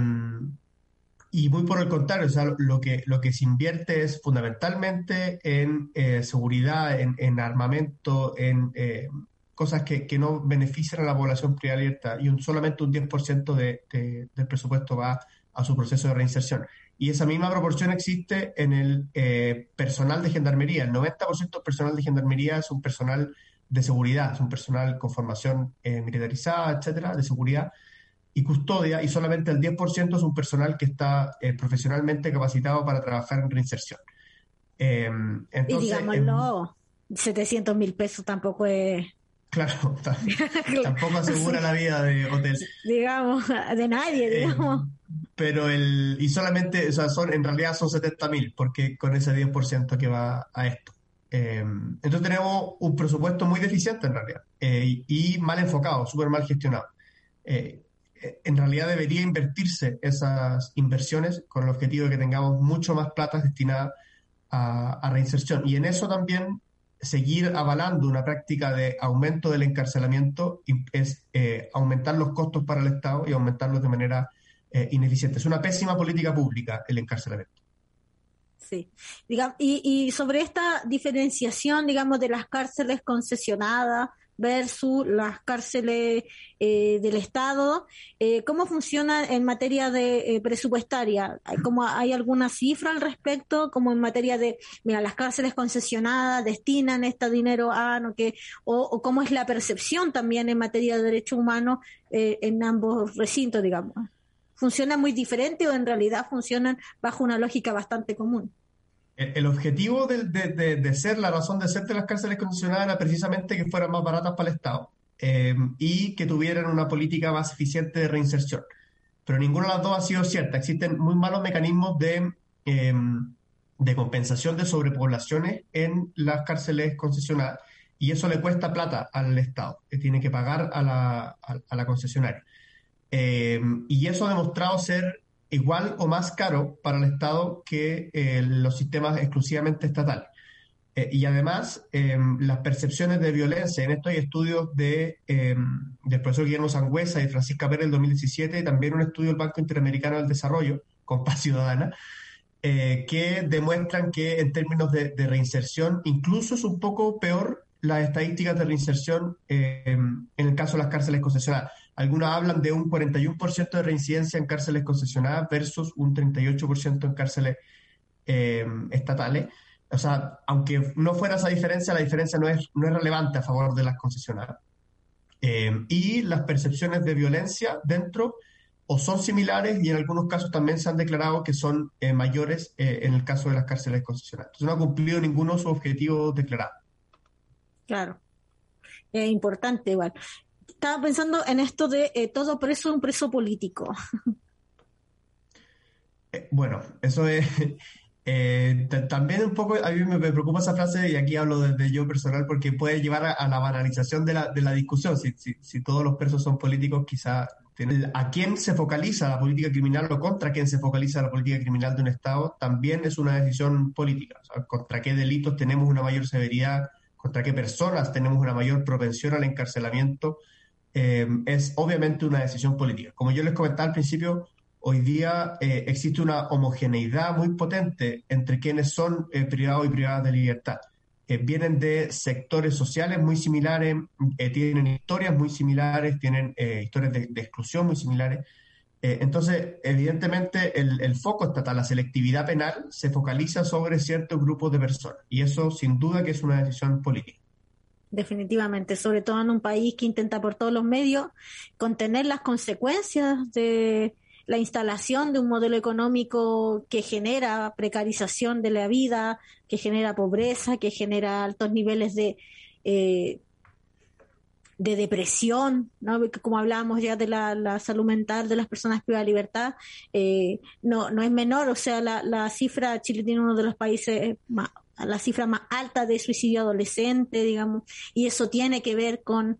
y muy por el contrario, o sea, lo que se invierte es fundamentalmente en seguridad, en armamento, en cosas que no benefician a la población priabierta, y solamente un 10% del presupuesto va a su proceso de reinserción. Y esa misma proporción existe en el personal de gendarmería. El 90% del personal de gendarmería es un personal de seguridad, es un personal con formación militarizada, etcétera, de seguridad y custodia, y solamente el 10% es un personal que está profesionalmente capacitado para trabajar en reinserción. Eh, Y entonces, digámoslo, 700.000 pesos tampoco es, claro, tampoco asegura la vida de hotel. digamos, de nadie, Eh, digamos. pero y solamente, o sea, en realidad son 70.000, porque con ese 10% que va a esto. Entonces tenemos un presupuesto muy deficiente en realidad, y mal enfocado, súper mal gestionado. Eh, en realidad debería invertirse esas inversiones con el objetivo de que tengamos mucho más plata destinada a reinserción. Y en eso también seguir avalando una práctica de aumento del encarcelamiento es aumentar los costos para el Estado y aumentarlos de manera ineficiente. Es una pésima política pública el encarcelamiento. Sí. Y sobre esta diferenciación, digamos, de las cárceles concesionadas versus las cárceles del Estado, ¿cómo funciona en materia de presupuestaria? ¿Hay alguna cifra al respecto? Como en materia de, mira, las cárceles concesionadas destinan este dinero a, no que, o cómo es la percepción también en materia de derechos humanos en ambos recintos, digamos. ¿Funciona muy diferente o en realidad funcionan bajo una lógica bastante común? El objetivo de ser, la razón de ser de las cárceles concesionadas era precisamente que fueran más baratas para el Estado, y que tuvieran una política más eficiente de reinserción. Pero ninguna de las dos ha sido cierta. Existen muy malos mecanismos de compensación de sobrepoblaciones en las cárceles concesionadas, y eso le cuesta plata al Estado, que tiene que pagar a la concesionaria. Y eso ha demostrado ser igual o más caro para el Estado que los sistemas exclusivamente estatales. Y además, las percepciones de violencia, en esto hay estudios del profesor Guillermo Sangüesa y Francisca Pérez del 2017, y también un estudio del Banco Interamericano del Desarrollo, con Paz Ciudadana, que demuestran que en términos de reinserción, incluso es un poco peor las estadísticas de reinserción en el caso de las cárceles concesionadas. Algunos hablan de un 41% de reincidencia en cárceles concesionadas versus un 38% en cárceles estatales. O sea, aunque no fuera esa diferencia, la diferencia no es relevante a favor de las concesionadas. Y las percepciones de violencia dentro o son similares, y en algunos casos también se han declarado que son mayores en el caso de las cárceles concesionadas. Entonces no ha cumplido ninguno de sus objetivos declarados. Claro, es importante igual. Estaba pensando en esto de todo preso es un preso político. Bueno, eso es también un poco, a mí me preocupa esa frase, y aquí hablo desde yo personal, porque puede llevar a la banalización de la discusión. Si todos los presos son políticos, quizá a quién se focaliza la política criminal o contra quién se focaliza la política criminal de un Estado también es una decisión política. O sea, contra qué delitos tenemos una mayor severidad, contra qué personas tenemos una mayor propensión al encarcelamiento, es obviamente una decisión política. Como yo les comentaba al principio, hoy día existe una homogeneidad muy potente entre quienes son privados y privadas de libertad. Vienen de sectores sociales muy similares, tienen historias muy similares, tienen historias de exclusión muy similares. Entonces, evidentemente, el foco estatal, la selectividad penal, se focaliza sobre ciertos grupos de personas, y eso sin duda que es una decisión política. Definitivamente, sobre todo en un país que intenta por todos los medios contener las consecuencias de la instalación de un modelo económico que genera precarización de la vida, que genera pobreza, que genera altos niveles de depresión, ¿no? Como hablábamos ya de la salud mental de las personas privadas de libertad, no es menor. O sea, la cifra, Chile tiene uno de los países la cifra más alta de suicidio adolescente, digamos, y eso tiene que ver con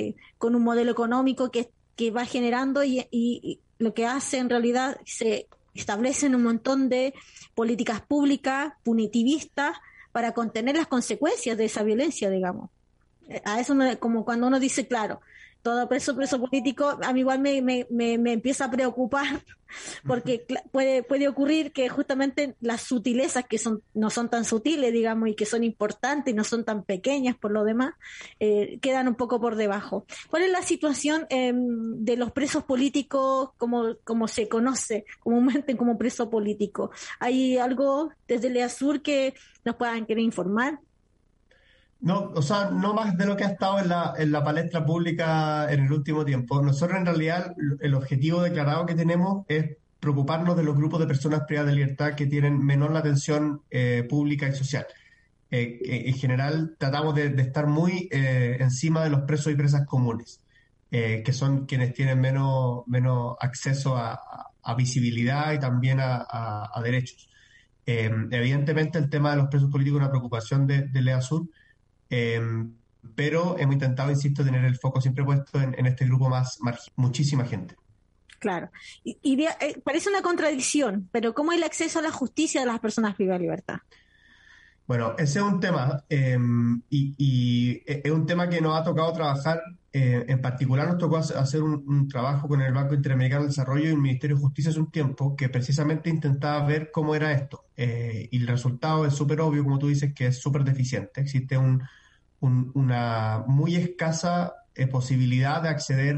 un modelo económico que va generando y lo que hace en realidad establecen un montón de políticas públicas punitivistas para contener las consecuencias de esa violencia, digamos. A eso como cuando uno dice, claro, todo preso político, a mí igual me empieza a preocupar, porque puede ocurrir que justamente las sutilezas que no son tan sutiles, digamos, y que son importantes y no son tan pequeñas por lo demás, quedan un poco por debajo. ¿Cuál es la situación de los presos políticos como se conoce comúnmente como preso político? ¿Hay algo desde el EASUR que nos puedan querer informar? No, o sea, no más de lo que ha estado en la palestra pública en el último tiempo. Nosotros en realidad el objetivo declarado que tenemos es preocuparnos de los grupos de personas privadas de libertad que tienen menor la atención pública y social. En general tratamos de estar muy encima de los presos y presas comunes, que son quienes tienen menos acceso a visibilidad y también a derechos. Evidentemente el tema de los presos políticos es una preocupación de EASUR. Pero hemos intentado, insisto, tener el foco siempre puesto en este grupo más marginal, muchísima gente. Claro. Parece una contradicción, pero ¿cómo es el acceso a la justicia de las personas privadas de libertad? Bueno, ese es un tema, y es un tema que nos ha tocado trabajar. En particular nos tocó hacer un trabajo con el Banco Interamericano de Desarrollo y el Ministerio de Justicia hace un tiempo, que precisamente intentaba ver cómo era esto. Y el resultado es súper obvio, como tú dices, que es súper deficiente. Existe una muy escasa posibilidad de acceder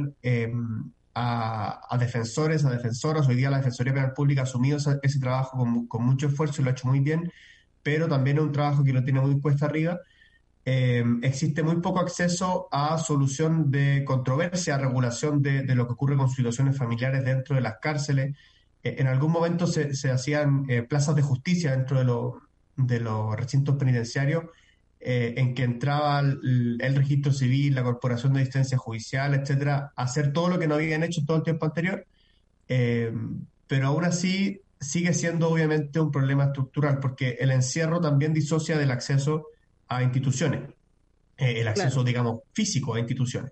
a defensores, a defensoras. Hoy día la Defensoría Penal Pública ha asumido ese trabajo con mucho esfuerzo y lo ha hecho muy bien, pero también es un trabajo que lo tiene muy cuesta arriba. Existe muy poco acceso a solución de controversia, a regulación de lo que ocurre con situaciones familiares dentro de las cárceles. En algún momento se hacían plazas de justicia dentro de los recintos penitenciarios, en que entraba el registro civil, la corporación de asistencia judicial, etcétera, a hacer todo lo que no habían hecho todo el tiempo anterior. Pero aún así sigue siendo obviamente un problema estructural, porque el encierro también disocia del acceso a instituciones, el acceso, claro, digamos, físico a instituciones.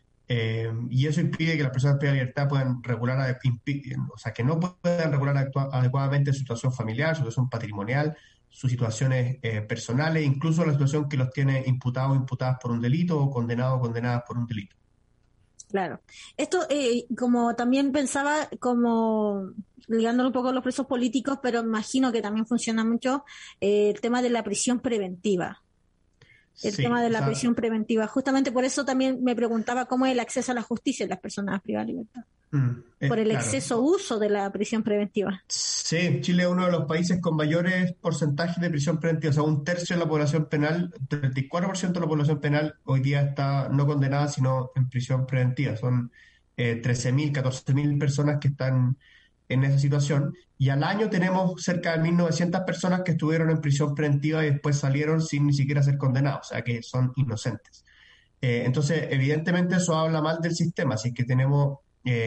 Y eso impide que las personas privadas de libertad puedan regular, o sea, que no puedan regular adecuadamente su situación familiar, su situación patrimonial, sus situaciones personales, incluso la situación que los tiene imputados o imputadas por un delito o condenados o condenadas por un delito. Claro. Esto, como también pensaba, como ligándolo un poco a los presos políticos, pero imagino que también funciona mucho el tema de la prisión preventiva. Tema de la prisión preventiva. Justamente por eso también me preguntaba cómo es el acceso a la justicia de las personas privadas de libertad. Por el exceso uso de la prisión preventiva. Sí, Chile es uno de los países con mayores porcentajes de prisión preventiva. O sea, un tercio de la población penal, 34% de la población penal hoy día está no condenada, sino en prisión preventiva. Son 13.000, 14.000 personas que están en esa situación, y al año tenemos cerca de 1.900 personas que estuvieron en prisión preventiva y después salieron sin ni siquiera ser condenados, o sea que son inocentes. Entonces, evidentemente eso habla mal del sistema, así que tenemos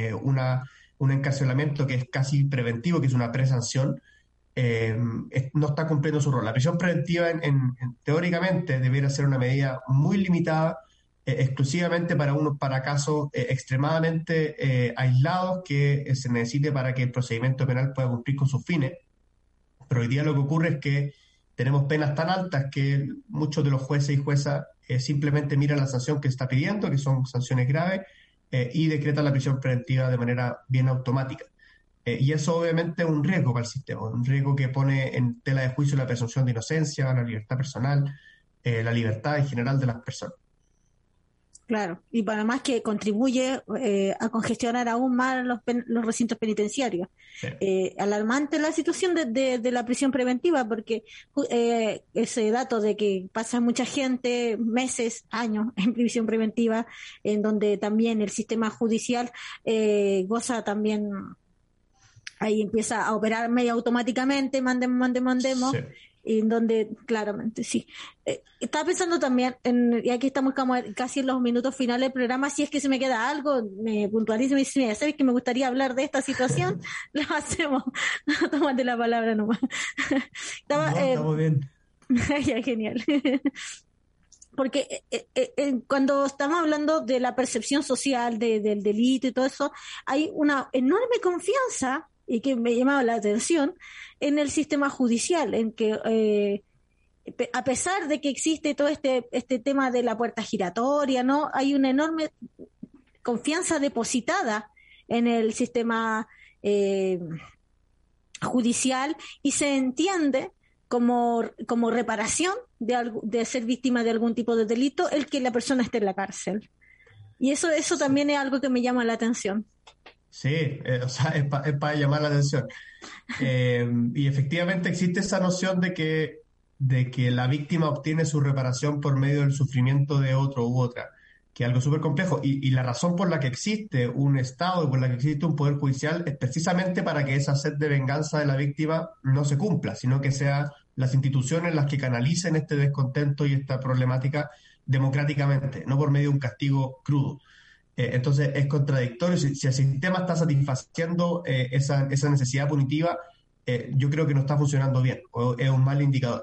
un encarcelamiento que es casi preventivo, que es una presanción, no está cumpliendo su rol. La prisión preventiva teóricamente debería ser una medida muy limitada, exclusivamente para casos extremadamente aislados que se necesite para que el procedimiento penal pueda cumplir con sus fines. Pero hoy día lo que ocurre es que tenemos penas tan altas que muchos de los jueces y juezas simplemente miran la sanción que se está pidiendo, que son sanciones graves, y decretan la prisión preventiva de manera bien automática. Y eso obviamente es un riesgo para el sistema, un riesgo que pone en tela de juicio la presunción de inocencia, la libertad personal, la libertad en general de las personas. Claro, y además que contribuye a congestionar aún más los recintos penitenciarios. Sí. Alarmante la situación de la prisión preventiva, porque ese dato de que pasa mucha gente, meses, años en prisión preventiva, en donde también el sistema judicial goza también, ahí empieza a operar medio automáticamente, mandemos. Sí. En donde claramente sí. Estaba pensando también, y aquí estamos casi en los minutos finales del programa, si es que se me queda algo, me puntualizo y me dice, ¿sabes que me gustaría hablar de esta situación? Lo hacemos, tómate la palabra nomás. Estamos bien. Ya, genial. Porque cuando estamos hablando de la percepción social del delito y todo eso, hay una enorme confianza y que me llamaba la atención en el sistema judicial, en que a pesar de que existe todo este tema de la puerta giratoria, ¿no? Hay una enorme confianza depositada en el sistema judicial y se entiende como reparación de ser víctima de algún tipo de delito el que la persona esté en la cárcel. Y eso también es algo que me llama la atención. Sí, o sea, es para llamar la atención. Y efectivamente existe esa noción de que la víctima obtiene su reparación por medio del sufrimiento de otro u otra, que es algo súper complejo. Y la razón por la que existe un Estado y por la que existe un Poder Judicial es precisamente para que esa sed de venganza de la víctima no se cumpla, sino que sean las instituciones las que canalicen este descontento y esta problemática democráticamente, no por medio de un castigo crudo. Entonces es contradictorio. Si el sistema está satisfaciendo esa necesidad punitiva, yo creo que no está funcionando bien, o es un mal indicador.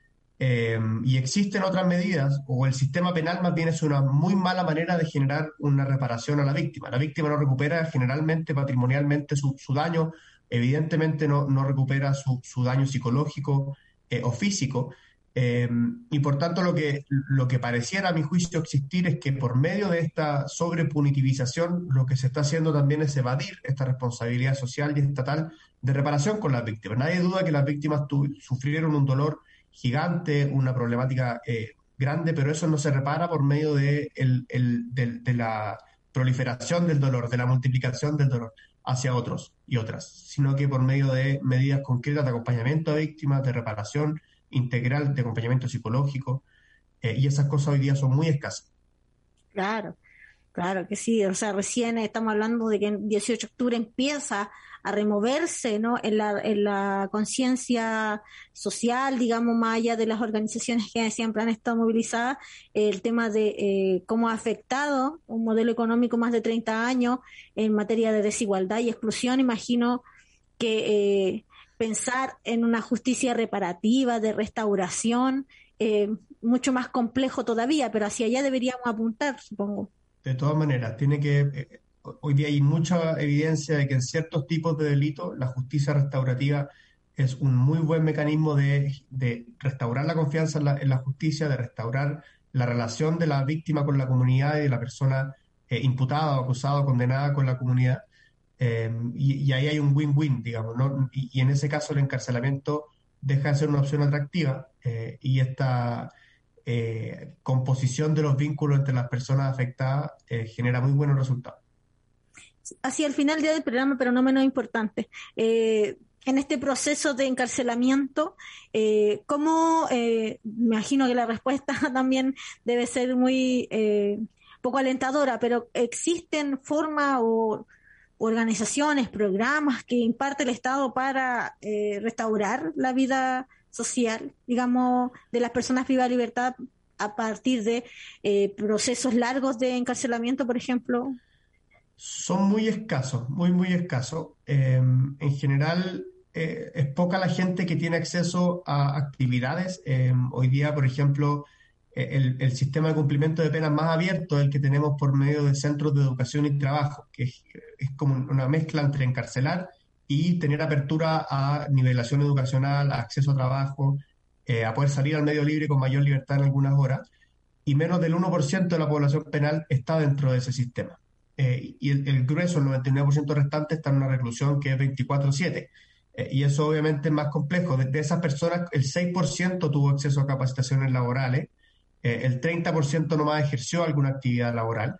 Y existen otras medidas, o el sistema penal más bien es una muy mala manera de generar una reparación a la víctima. La víctima no recupera generalmente patrimonialmente su daño, evidentemente no recupera su daño psicológico o físico. Y por tanto lo que pareciera a mi juicio existir es que por medio de esta sobrepunitivización lo que se está haciendo también es evadir esta responsabilidad social y estatal de reparación con las víctimas. Nadie duda que las víctimas sufrieron un dolor gigante, una problemática grande, pero eso no se repara por medio de la proliferación del dolor, de la multiplicación del dolor hacia otros y otras, sino que por medio de medidas concretas de acompañamiento a víctimas, de reparación integral, de acompañamiento psicológico, y esas cosas hoy día son muy escasas. Claro que sí, o sea, recién estamos hablando de que el 18 de octubre empieza a removerse, ¿no? en la conciencia social, digamos, más allá de las organizaciones que siempre han estado movilizadas, el tema de cómo ha afectado un modelo económico más de 30 años en materia de desigualdad y exclusión. Imagino que pensar en una justicia reparativa, de restauración, mucho más complejo todavía, pero hacia allá deberíamos apuntar, supongo. De todas maneras, hoy día hay mucha evidencia de que en ciertos tipos de delitos la justicia restaurativa es un muy buen mecanismo de restaurar la confianza en la justicia, de restaurar la relación de la víctima con la comunidad y de la persona imputada o acusada o condenada con la comunidad. Y ahí hay un win-win, digamos, ¿no? Y en ese caso el encarcelamiento deja de ser una opción atractiva, y esta composición de los vínculos entre las personas afectadas genera muy buenos resultados. Hacia el final del programa, pero no menos importante, en este proceso de encarcelamiento, ¿cómo? Me imagino que la respuesta también debe ser muy poco alentadora, pero ¿existen formas o organizaciones, programas que imparte el Estado para restaurar la vida social, digamos, de las personas privadas de libertad a partir de procesos largos de encarcelamiento, por ejemplo? Son muy escasos, muy escasos. En general, es poca la gente que tiene acceso a actividades. Hoy día, por ejemplo, el sistema de cumplimiento de penas más abierto es el que tenemos por medio de centros de educación y trabajo, que es como una mezcla entre encarcelar y tener apertura a nivelación educacional, a acceso a trabajo, a poder salir al medio libre con mayor libertad en algunas horas, y menos del 1% de la población penal está dentro de ese sistema. Y el grueso, el 99% restante, está en una reclusión que es 24/7. Y eso obviamente es más complejo. De esas personas, el 6% tuvo acceso a capacitaciones laborales, el 30% nomás ejerció alguna actividad laboral,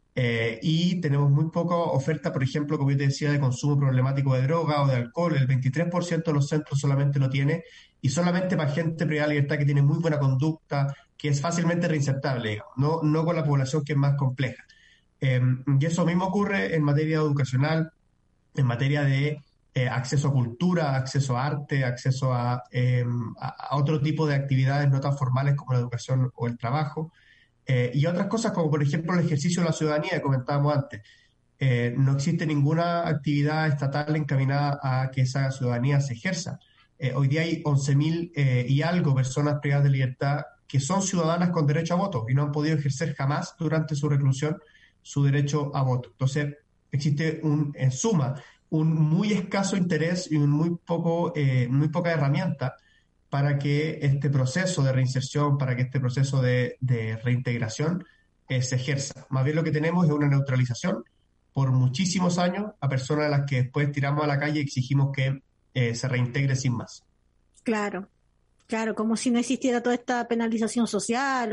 y tenemos muy poca oferta, por ejemplo, como yo te decía, de consumo problemático de droga o de alcohol. El 23% de los centros solamente lo tiene, y solamente para gente privada de libertad que tiene muy buena conducta, que es fácilmente reinsertable, digamos, no con la población que es más compleja. Y eso mismo ocurre en materia educacional, en materia de acceso a cultura, acceso a arte, acceso a otro tipo de actividades no tan formales como la educación o el trabajo, y otras cosas como por ejemplo el ejercicio de la ciudadanía que comentábamos antes. No existe ninguna actividad estatal encaminada a que esa ciudadanía se ejerza. Hoy día hay 11.000 y algo personas privadas de libertad que son ciudadanas con derecho a voto y no han podido ejercer jamás durante su reclusión su derecho a voto. Entonces, existe en suma, un muy escaso interés y un muy poca herramienta para que este proceso de reinserción, para que este proceso de reintegración se ejerza. Más bien lo que tenemos es una neutralización por muchísimos años a personas a las que después tiramos a la calle y exigimos que se reintegre sin más. Claro. Claro, como si no existiera toda esta penalización social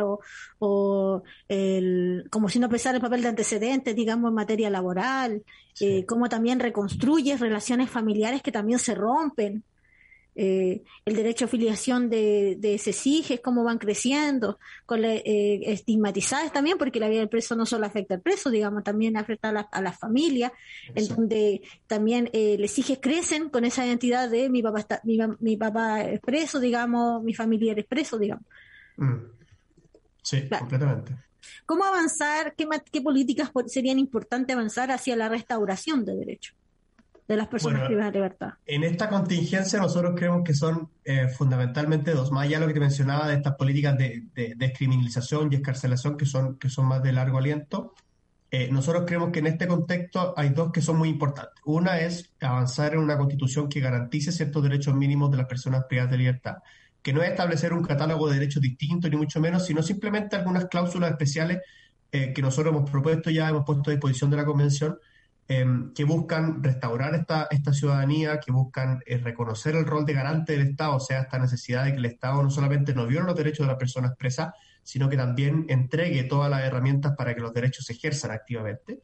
como si no pesara el papel de antecedentes, digamos, en materia laboral, Sí. cómo también reconstruyes relaciones familiares que también se rompen. El derecho a filiación de CESIGES, cómo van creciendo, estigmatizadas también, porque la vida del preso no solo afecta al preso, digamos, también afecta a la familia, en donde también los CESIGES crecen con esa identidad de mi papá es preso, digamos, mi familiar es preso, digamos. Sí, Claro. completamente. ¿Cómo avanzar? ¿Qué políticas serían importantes avanzar hacia la restauración de derechos de las personas privadas de libertad? En esta contingencia nosotros creemos que son fundamentalmente dos, más allá de lo que te mencionaba de estas políticas de descriminalización y excarcelación que son más de largo aliento. Nosotros creemos que en este contexto hay dos que son muy importantes. Una es avanzar en una constitución que garantice ciertos derechos mínimos de las personas privadas de libertad, que no es establecer un catálogo de derechos distintos ni mucho menos, sino simplemente algunas cláusulas especiales que nosotros hemos propuesto, ya hemos puesto a disposición de la Convención, que buscan restaurar esta ciudadanía, que buscan reconocer el rol de garante del Estado, o sea, esta necesidad de que el Estado no solamente no viole los derechos de las personas presas, sino que también entregue todas las herramientas para que los derechos se ejerzan activamente,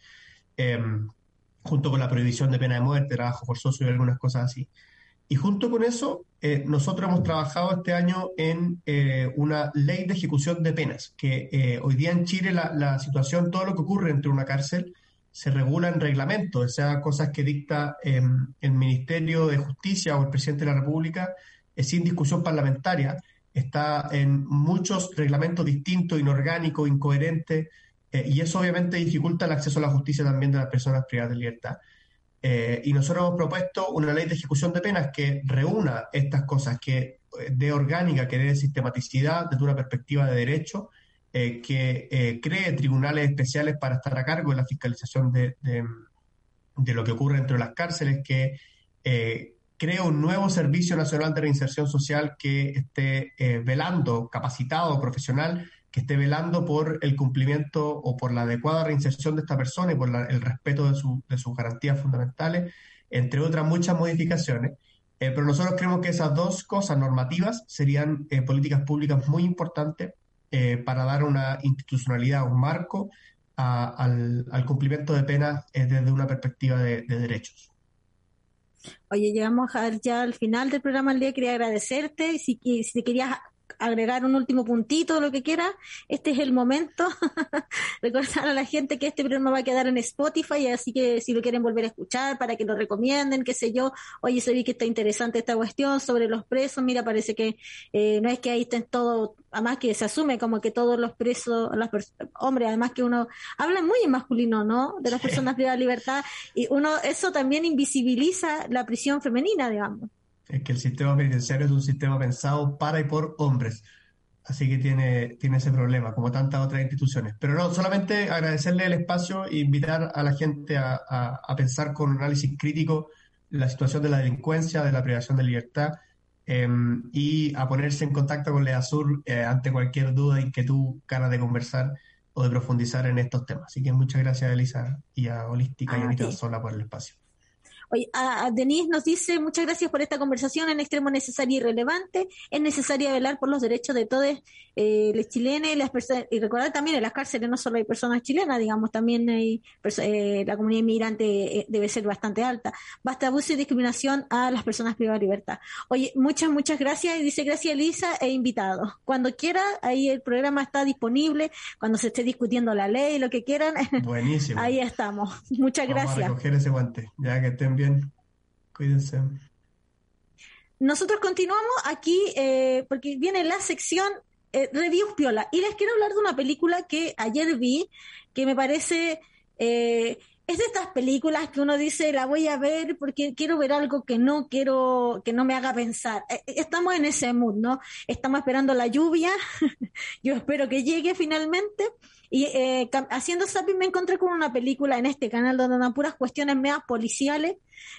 junto con la prohibición de pena de muerte, trabajo forzoso y algunas cosas así. Y junto con eso, nosotros hemos trabajado este año en una ley de ejecución de penas, que hoy día en Chile la situación, todo lo que ocurre entre una cárcel, se regula en reglamento, o sea, cosas que dicta el Ministerio de Justicia o el Presidente de la República, sin discusión parlamentaria, está en muchos reglamentos distintos, inorgánicos, incoherentes, y eso obviamente dificulta el acceso a la justicia también de las personas privadas de libertad. Y nosotros hemos propuesto una ley de ejecución de penas que reúna estas cosas, que dé orgánica, que dé sistematicidad desde una perspectiva de derecho, que cree tribunales especiales para estar a cargo de la fiscalización de lo que ocurre dentro de las cárceles, que cree un nuevo Servicio Nacional de Reinserción Social que esté velando, capacitado, profesional, que esté velando por el cumplimiento o por la adecuada reinserción de esta persona y por el respeto de sus garantías fundamentales, entre otras muchas modificaciones. Pero nosotros creemos que esas dos cosas normativas serían políticas públicas muy importantes para dar una institucionalidad, un marco al cumplimiento de penas desde una perspectiva de derechos. Oye, llegamos ya al final del programa del día. Quería agradecerte y si te querías agregar un último puntito, lo que quieras, este es el momento. Recordar a la gente que este programa va a quedar en Spotify, así que si lo quieren volver a escuchar, para que lo recomienden, qué sé yo. Oye, se vi que está interesante esta cuestión sobre los presos. Mira, parece que no es que ahí estén todos, además que se asume como que todos los presos, hombres, además que uno habla muy en masculino, ¿no? De las personas privadas de libertad, y eso también invisibiliza la prisión femenina, digamos. Es que el sistema penitenciario es un sistema pensado para y por hombres, así que tiene ese problema, como tantas otras instituciones. Pero no, solamente agradecerle el espacio e invitar a la gente a pensar con un análisis crítico la situación de la delincuencia, de la privación de libertad, y a ponerse en contacto con LEASUR ante cualquier duda, inquietud, ganas de conversar o de profundizar en estos temas. Así que muchas gracias a Elisa y a Holística y a Anita Sola por el espacio. Oye, a Denise nos dice: muchas gracias por esta conversación en extremo necesaria y relevante. Es necesario velar por los derechos de todos los chilenos y las personas, y recordar también en las cárceles no solo hay personas chilenas, digamos, también hay la comunidad inmigrante debe ser bastante alta. Basta abuso y discriminación a las personas privadas de libertad. Oye, muchas gracias, y dice gracias Elisa e invitado. Cuando quiera, ahí el programa está disponible, cuando se esté discutiendo la ley, lo que quieran. Buenísimo. Ahí estamos. Muchas gracias. Vamos a recoger ese guante, ya que estén bien. Cuídense. Nosotros continuamos aquí porque viene la sección Reviews Piola, y les quiero hablar de una película que ayer vi, que me parece es de estas películas que uno dice, la voy a ver porque quiero ver algo que no me haga pensar. Estamos en ese mood, ¿no? Estamos esperando la lluvia, yo espero que llegue finalmente. Y haciendo zapping me encontré con una película en este canal donde dan puras cuestiones medias policiales,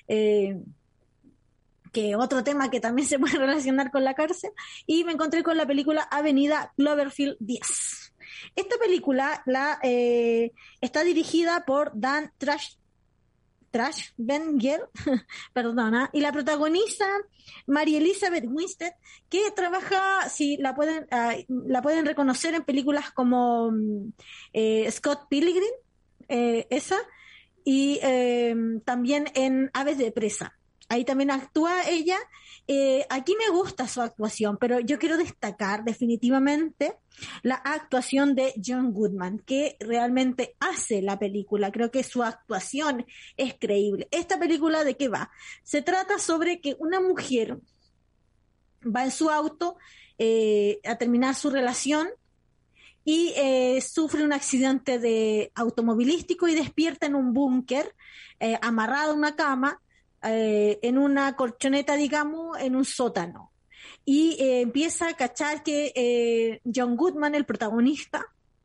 que otro tema que también se puede relacionar con la cárcel, y me encontré con la película Avenida Cloverfield 10. Esta película está dirigida por Dan Trachtenberg, perdona, y la protagoniza Mary Elizabeth Winstead, que trabaja, si la pueden reconocer en películas como Scott Pilgrim, esa, y también en Aves de presa. Ahí también actúa ella. Aquí me gusta su actuación, pero yo quiero destacar definitivamente la actuación de John Goodman, que realmente hace la película. Creo que su actuación es creíble. ¿Esta película de qué va? Se trata sobre que una mujer va en su auto a terminar su relación y sufre un accidente automovilístico y despierta en un búnker, amarrada a una cama, en una colchoneta, digamos, en un sótano. Y empieza a cachar que John Goodman, el protagonista,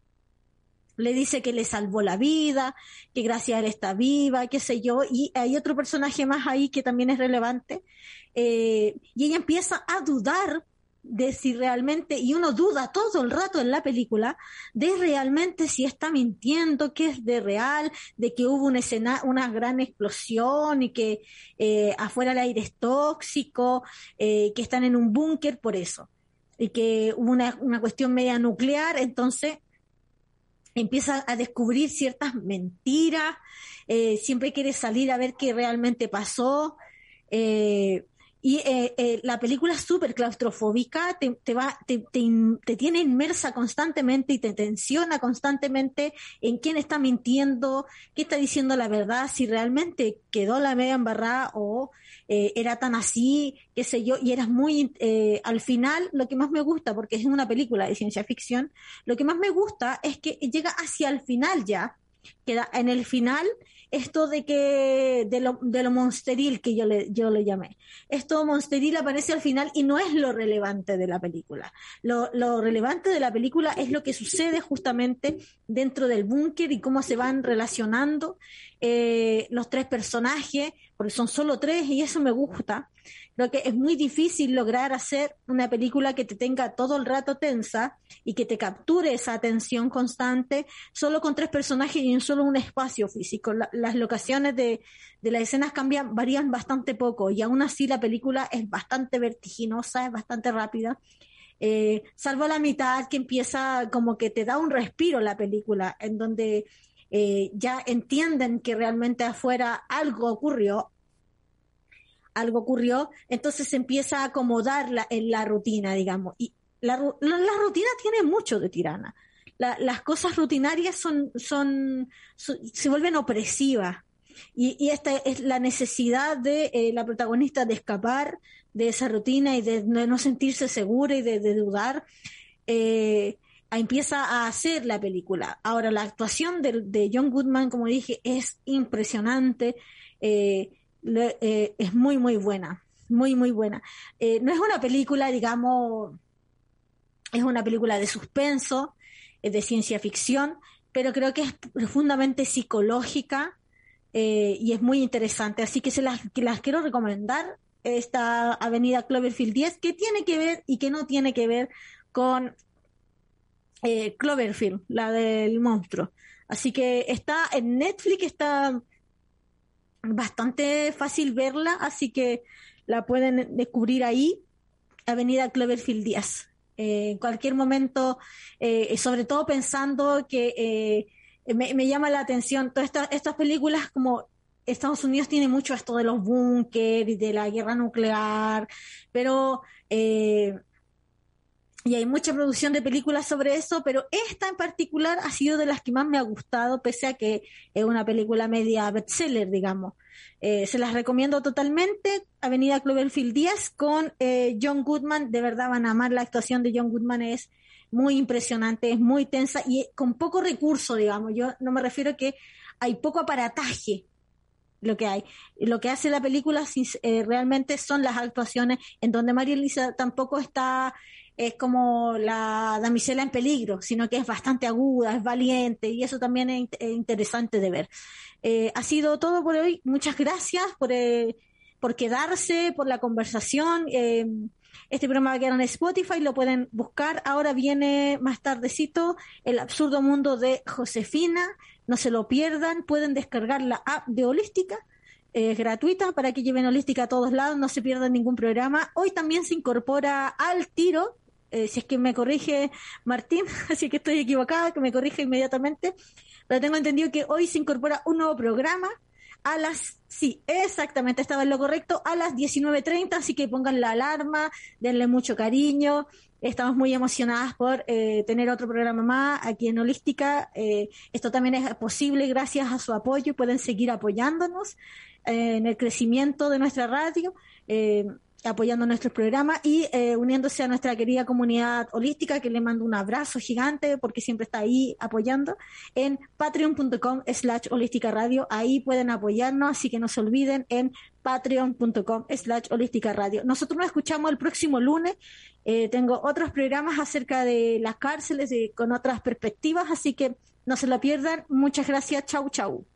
le dice que le salvó la vida, que gracias a él está viva, qué sé yo, y hay otro personaje más ahí que también es relevante, y ella empieza a dudar de si realmente, y uno duda todo el rato en la película, de realmente si está mintiendo, que es de real, de que hubo una gran explosión y que afuera el aire es tóxico, que están en un búnker por eso, y que hubo una cuestión media nuclear. Entonces empieza a descubrir ciertas mentiras, siempre quiere salir a ver qué realmente pasó, y la película es súper claustrofóbica, te tiene inmersa constantemente y te tensiona constantemente en quién está mintiendo, qué está diciendo la verdad, si realmente quedó la media embarrada o era tan así, qué sé yo, y eras muy, al final, lo que más me gusta, porque es una película de ciencia ficción, lo que más me gusta es que llega hacia el final ya, queda en el final esto de lo monsteril que yo le llamé. Esto monsteril aparece al final y no es lo relevante de la película. Lo relevante de la película es lo que sucede justamente dentro del búnker y cómo se van relacionando los tres personajes, porque son solo tres y eso me gusta. Creo que es muy difícil lograr hacer una película que te tenga todo el rato tensa y que te capture esa atención constante solo con tres personajes y en solo un espacio físico. Las locaciones de las escenas varían bastante poco y aún así la película es bastante vertiginosa, es bastante rápida. Salvo la mitad que empieza como que te da un respiro la película, en donde ya entienden que realmente afuera algo ocurrió, entonces se empieza a acomodar en la rutina, digamos. Y la rutina tiene mucho de tirana. Las cosas rutinarias se vuelven opresivas. Y esta es la necesidad de la protagonista de escapar de esa rutina y de no sentirse segura y de dudar. Empieza a hacer la película. Ahora, la actuación de John Goodman, como dije, es impresionante. Es muy, muy buena, muy, muy buena. No es una película, digamos, es una película de suspenso, de ciencia ficción, pero creo que es profundamente psicológica y es muy interesante. Así que las quiero recomendar, esta Avenida Cloverfield 10, que tiene que ver y que no tiene que ver con Cloverfield, la del monstruo. Así que está en Netflix, está bastante fácil verla, así que la pueden descubrir ahí, Avenida Cloverfield 10. En cualquier momento, sobre todo pensando que me llama la atención todas estas películas, como Estados Unidos tiene mucho esto de los búnker y de la guerra nuclear, pero y hay mucha producción de películas sobre eso, pero esta en particular ha sido de las que más me ha gustado, pese a que es una película media bestseller, digamos. Se las recomiendo totalmente, Avenida Cloverfield 10 con John Goodman. De verdad van a amar la actuación de John Goodman, es muy impresionante, es muy tensa y con poco recurso, digamos. Yo no me refiero a que hay poco aparataje lo que hay. Lo que hace la película realmente son las actuaciones en donde María Elisa tampoco es como la damisela en peligro, sino que es bastante aguda, es valiente y eso también es interesante de ver. Ha sido todo por hoy. Muchas gracias por quedarse, por la conversación. Este programa va a quedar en Spotify, lo pueden buscar. Ahora viene más tardecito El absurdo mundo de Josefina. No se lo pierdan, pueden descargar la app de Holística, es gratuita para que lleven Holística a todos lados, no se pierdan ningún programa. Hoy también se incorpora Al Tiro, si es que me corrige Martín, así que estoy equivocada, que me corrige inmediatamente, pero tengo entendido que hoy se incorpora un nuevo programa sí, exactamente, estaba en lo correcto, a las 19:30, así que pongan la alarma, denle mucho cariño. Estamos muy emocionadas por tener otro programa más aquí en Holística. Esto también es posible gracias a su apoyo. Pueden seguir apoyándonos en el crecimiento de nuestra radio, apoyando nuestros programas y uniéndose a nuestra querida comunidad holística, que le mando un abrazo gigante porque siempre está ahí apoyando, en patreon.com/holística radio. Ahí pueden apoyarnos, así que no se olviden, en patreon.com/holística radio. Nosotros nos escuchamos el próximo lunes. Tengo otros programas acerca de las cárceles con otras perspectivas, así que no se lo pierdan. Muchas gracias. Chau, chau.